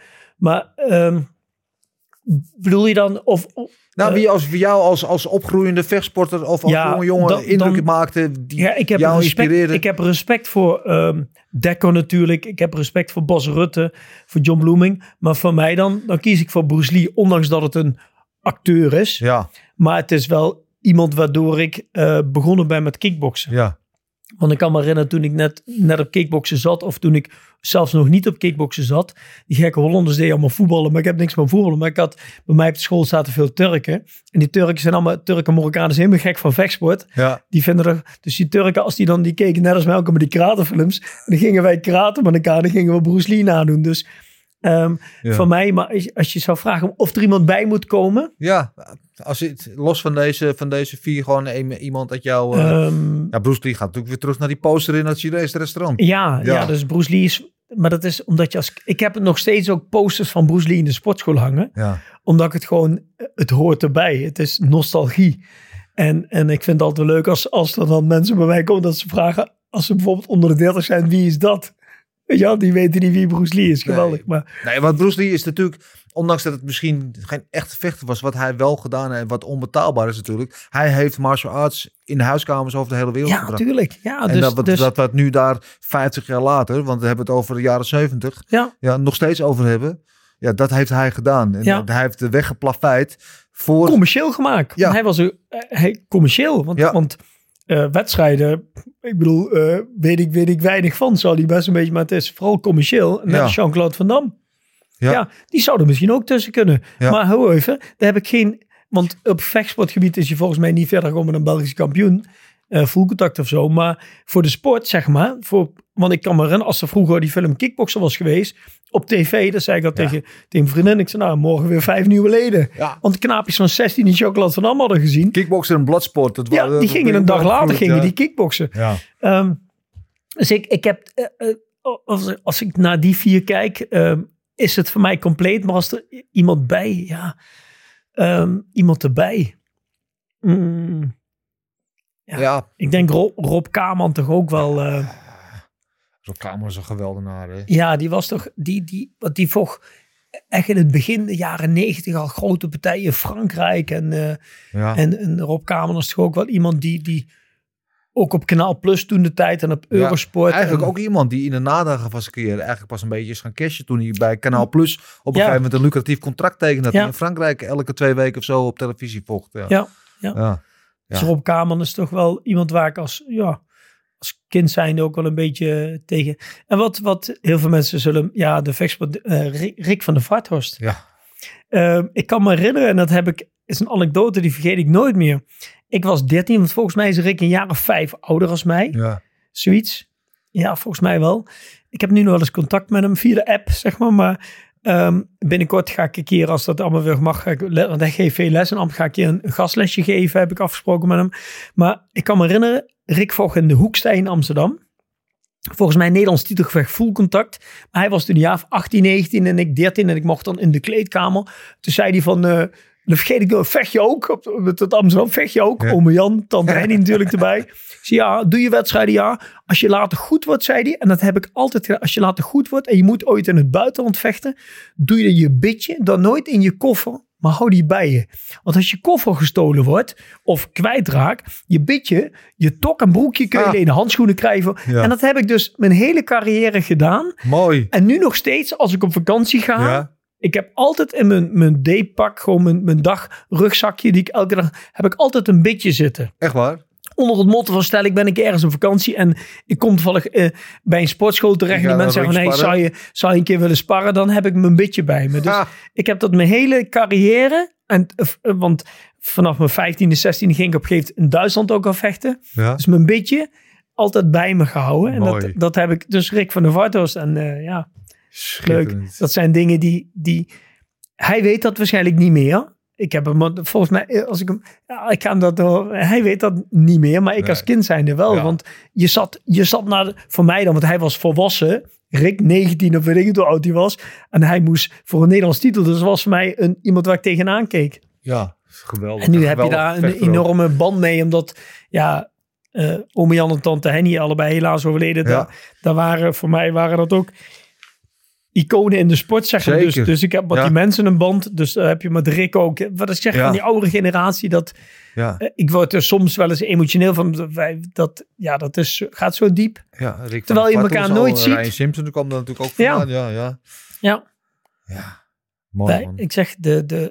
bedoel je dan... wie als voor jou als opgroeiende vechtsporter of als jonge indruk maakte die jou inspireerde? Ik heb respect voor Dekker natuurlijk. Ik heb respect voor Bas Rutte, voor John Blooming. Maar voor mij dan kies ik voor Bruce Lee, ondanks dat het een acteur is. Ja. Maar het is wel iemand waardoor ik begonnen ben met kickboksen. Ja. Want ik kan me herinneren toen ik net op kickboksen zat, of toen ik zelfs nog niet op kickboksen zat. Die gekke Hollanders deden allemaal voetballen, maar ik heb niks van voetballen. Maar bij mij op de school zaten veel Turken. En die Turken zijn allemaal, Turken en Marokkanen zijn helemaal gek van vechtsport. Ja. Die vinden er, dus die Turken, als die keken net als mij ook met die karatenfilms. En dan gingen wij karaten met elkaar, dan gingen we Bruce Lee nadoen. Dus voor mij, maar als je zou vragen of er iemand bij moet komen. Ja, als je los van deze 4 gewoon iemand dat jou... Bruce Lee gaat natuurlijk weer terug naar die poster in het Chinese restaurant. Ja, dus Bruce Lee is... Maar dat is omdat je ik heb nog steeds ook posters van Bruce Lee in de sportschool hangen. Ja. Omdat ik het gewoon... Het hoort erbij. Het is nostalgie. En ik vind het altijd leuk als er dan mensen bij mij komen dat ze vragen... Als ze bijvoorbeeld onder de 30 zijn, wie is dat? Ja, die weten niet wie Bruce Lee is. Geweldig. Nee, want Bruce Lee is natuurlijk... Ondanks dat het misschien geen echte vechter was, wat hij wel gedaan heeft, wat onbetaalbaar is natuurlijk. Hij heeft martial arts in de huiskamers over de hele wereld gebracht. Natuurlijk. Ja, en dat we het nu daar 50 jaar later, want we hebben het over de jaren 70, nog steeds over hebben. Ja, dat heeft hij gedaan. En hij heeft de weg geplaveid voor... Commercieel gemaakt. Ja. Hij was commercieel, want wedstrijden, ik bedoel, weet ik weinig van, zal hij best een beetje, maar het is vooral commercieel. Net als Jean-Claude Van Damme. Ja, die zou er misschien ook tussen kunnen. Ja. Maar hou even, daar heb ik geen... Want op vechtsportgebied is je volgens mij niet verder gekomen dan Belgisch kampioen. Full contact of zo. Maar voor de sport, zeg maar. Want ik kan me herinneren, als er vroeger die film Kickboxer was geweest. Op tv, dan zei ik dat tegen mijn vriendin. Ik zei, morgen weer 5 nieuwe leden. Ja. Want de knaapjes van 16 die Chocolade van Dam hadden gezien. Kickboxer en Bloodsport. Die gingen een dag later die kickboxen. Ja. Dus ik heb... als ik naar die 4 kijk... is het voor mij compleet. Maar als er iemand bij... iemand erbij. Ik denk Rob Kaman toch ook wel... Rob Kaman is een geweldenaar, hè? Ja, die was toch... Die vocht echt in het begin, de jaren 90 al grote partijen in Frankrijk. En Rob Kaman was toch ook wel iemand die ook op Kanaal Plus toen de tijd en op Eurosport. Eigenlijk ook iemand die in de nadagen van zijn carrière eigenlijk pas een beetje is gaan cashen toen hij bij Kanaal Plus op een gegeven moment een lucratief contract tekende. Dat hij in Frankrijk elke 2 weken of zo op televisie vocht. Dus Rob Kaman is toch wel iemand waar ik als kind zijnde ook wel een beetje tegen. En wat heel veel mensen zullen... Ja, de vechtsport... Rick van der Vaarthorst. Ja. Ik kan me herinneren, en dat heb ik is een anekdote die vergeet ik nooit meer. Ik was 13, want volgens mij is Rick een jaar of 5 ouder als mij. Ja. Zoiets. Ja, volgens mij wel. Ik heb nu nog wel eens contact met hem via de app, zeg maar. Maar binnenkort ga ik een keer, als dat allemaal weer mag, want hij geeft veel les. En dan ga ik een gastlesje geven, heb ik afgesproken met hem. Maar ik kan me herinneren, Rick vocht in de Hoekstij in Amsterdam. Volgens mij Nederlands titelgevecht full contact. Maar hij was toen een jaar 18, 19 en ik 13. En ik mocht dan in de kleedkamer. Toen zei hij van... dan vergeet ik nog, vecht je ook? Op Amsterdam, vecht je ook? Ja. Ome Jan, tante Henny natuurlijk erbij. Ik zei, ja, doe je wedstrijden? Ja. Als je later goed wordt, zei hij. En dat heb ik altijd gedaan. Als je later goed wordt en je moet ooit in het buitenland vechten. Doe je bitje dan nooit in je koffer. Maar hou die bij je. Want als je koffer gestolen wordt of kwijtraakt, je bitje, je tok en broekje kun je lenen, handschoenen krijgen. Ja. En dat heb ik dus mijn hele carrière gedaan. Mooi. En nu nog steeds, als ik op vakantie ga, ik heb altijd in mijn daypak, gewoon mijn dagrugzakje die ik elke dag, heb ik altijd een bitje zitten. Echt waar? Onder het motto van stel ik ben een keer ergens op vakantie en ik kom toevallig bij een sportschool terecht en die mensen zeggen van hey, zou je een keer willen sparren? Dan heb ik mijn bitje bij me. Dus ik heb dat mijn hele carrière, want vanaf mijn 15e, 16e ging ik op een gegeven moment in Duitsland ook al vechten. Ja. Dus mijn bitje altijd bij me gehouden. En dat heb ik dus Rick van der Varthorst en leuk. Dat zijn dingen die hij weet dat waarschijnlijk niet meer. Ik heb hem, volgens mij, als ik hem, ik ga hem dat door, hij weet dat niet meer, maar ik als kind zijnde wel. Ja. Want je zat naar, voor mij dan, want hij was volwassen, Rick 19 of weet ik hoe oud hij was. En hij moest voor een Nederlands titel, dus was voor mij iemand waar ik tegenaan keek. Ja, geweldig. En nu heb je daar een enorme band mee, omdat, ome Jan en tante Henny, allebei helaas overleden. Ja. Daar waren, voor mij waren dat ook iconen in de sport, zeg maar. Dus ik heb met die mensen een band. Dus heb je met Rick ook. Wat ik zeg van die oudere generatie. Dat ik word er soms wel eens emotioneel van. Dat gaat zo diep. Ja, Rick terwijl je elkaar nooit ziet. Ryan Simpson kwam er natuurlijk ook vandaan. Ja. Mooi, man. Ik zeg,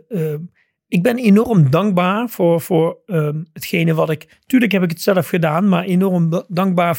ik ben enorm dankbaar voor hetgene wat ik... Tuurlijk heb ik het zelf gedaan, maar enorm dankbaar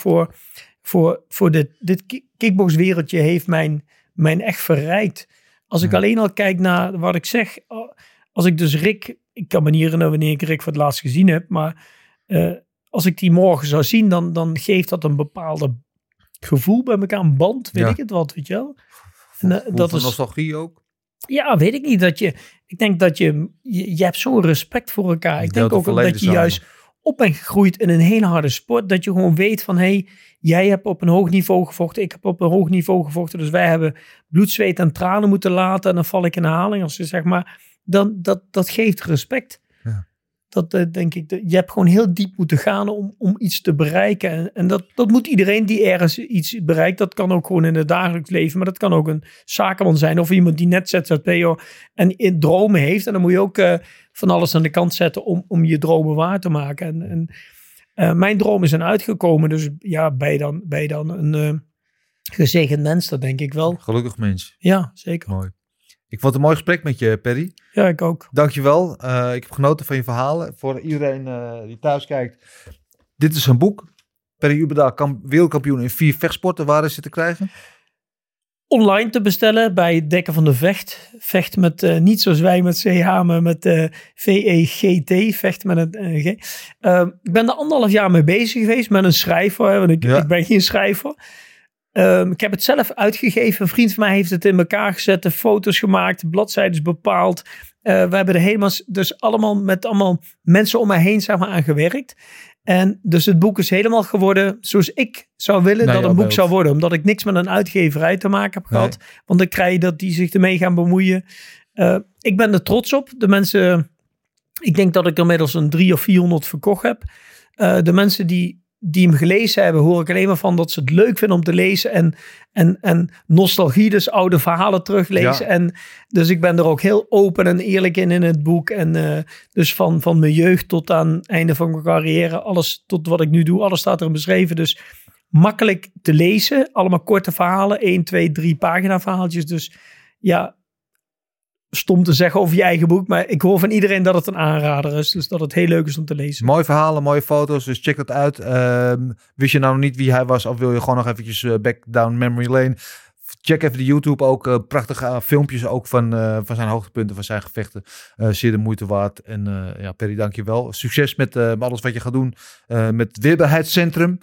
voor dit kickboxwereldje heeft mijn echt verrijkt. Als ik alleen al kijk naar wat ik zeg. Als ik dus Rick... Ik kan me niet herinneren wanneer ik Rick voor het laatst gezien heb. Maar als ik die morgen zou zien, dan geeft dat een bepaalde gevoel bij elkaar. Een band, weet ik het wat, weet je wel. Dat is nostalgie ook. Ja, weet ik niet. Ik denk dat je hebt zo'n respect voor elkaar. Ik denk ook dat je juist op bent gegroeid in een hele harde sport. Dat je gewoon weet van, hey, jij hebt op een hoog niveau gevochten. Ik heb op een hoog niveau gevochten. Dus wij hebben bloed, zweet en tranen moeten laten. En dan val ik in herhaling. Als je zeg maar, dat geeft respect. Ja. Dat denk ik. Je hebt gewoon heel diep moeten gaan om iets te bereiken. En dat moet iedereen die ergens iets bereikt. Dat kan ook gewoon in het dagelijks leven. Maar dat kan ook een zakenman zijn. Of iemand die net ZZP'er en dromen heeft. En dan moet je ook van alles aan de kant zetten om je dromen waar te maken. En mijn dromen zijn uitgekomen. Dus ja, ben je dan een gezegend mens. Dat denk ik wel. Gelukkig mens. Ja, zeker. Mooi. Ik vond het een mooi gesprek met je, Perry. Ja, ik ook. Dankjewel. Ik heb genoten van je verhalen. Voor iedereen die thuis kijkt. Dit is een boek. Perry Uberda, wereldkampioen in 4 vechtsporten. Waar is het te krijgen? Online te bestellen bij Dekker van de Vecht. Vecht met, niet zoals wij met CH, maar met VEGT. Vecht met een G. Ik ben er 1,5 jaar mee bezig geweest met een schrijver. Want ik ben geen schrijver. Ik heb het zelf uitgegeven. Een vriend van mij heeft het in elkaar gezet. De foto's gemaakt. Bladzijden bepaald. We hebben er helemaal, dus allemaal mensen om mij heen zeg maar, aan gewerkt. En dus het boek is helemaal geworden zoals ik zou willen dat een boek zou worden. Omdat ik niks met een uitgeverij te maken heb gehad. Want dan krijg je dat die zich ermee gaan bemoeien. Ik ben er trots op. De mensen, ik denk dat ik inmiddels een 300 of 400 verkocht heb. De mensen die hem gelezen hebben, hoor ik alleen maar van dat ze het leuk vinden om te lezen en nostalgie, dus oude verhalen teruglezen. Ja. En dus ik ben er ook heel open en eerlijk in het boek. En dus van mijn jeugd tot aan het einde van mijn carrière, alles tot wat ik nu doe, alles staat erin beschreven. Dus makkelijk te lezen, allemaal korte verhalen, 1, 2, 3 pagina verhaaltjes. Dus ja, stom te zeggen over je eigen boek, maar ik hoor van iedereen dat het een aanrader is. Dus dat het heel leuk is om te lezen. Mooie verhalen, mooie foto's, dus check dat uit. Wist je nou nog niet wie hij was of wil je gewoon nog eventjes back down memory lane? Check even de YouTube ook. Prachtige filmpjes ook van zijn hoogtepunten, van zijn gevechten. Zeer de moeite waard. En Perry, dank je wel. Succes met alles wat je gaat doen met het Weerbaarheidscentrum.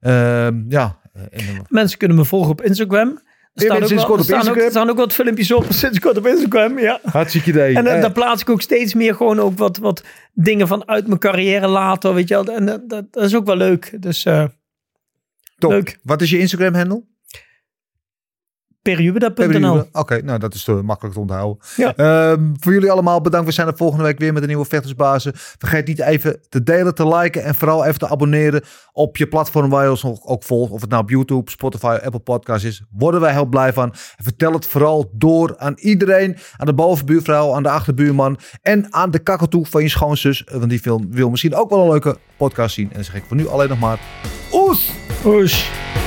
Mensen kunnen me volgen op Instagram. Er staan ook wat filmpjes op sinds kort op Instagram. Ja. Hartstikke idee. En daar plaats ik ook steeds meer gewoon ook wat dingen van uit mijn carrière later. Weet je wel. En dat is ook wel leuk. Dus top. Leuk. Wat is je Instagram-handle? Perjubeda.nl. Oké, nou dat is te makkelijk te onthouden. Ja. Voor jullie allemaal bedankt. We zijn er volgende week weer met een nieuwe Vechtersbazen. Vergeet niet even te delen, te liken en vooral even te abonneren op je platform waar je ons ook volgt. Of het nou op YouTube, Spotify, Apple Podcasts is. Worden wij heel blij van. En vertel het vooral door aan iedereen. Aan de bovenbuurvrouw, aan de achterbuurman en aan de kakatoe van je schoonzus. Want die wil misschien ook wel een leuke podcast zien. En dan zeg ik voor nu alleen nog maar oes! Oes!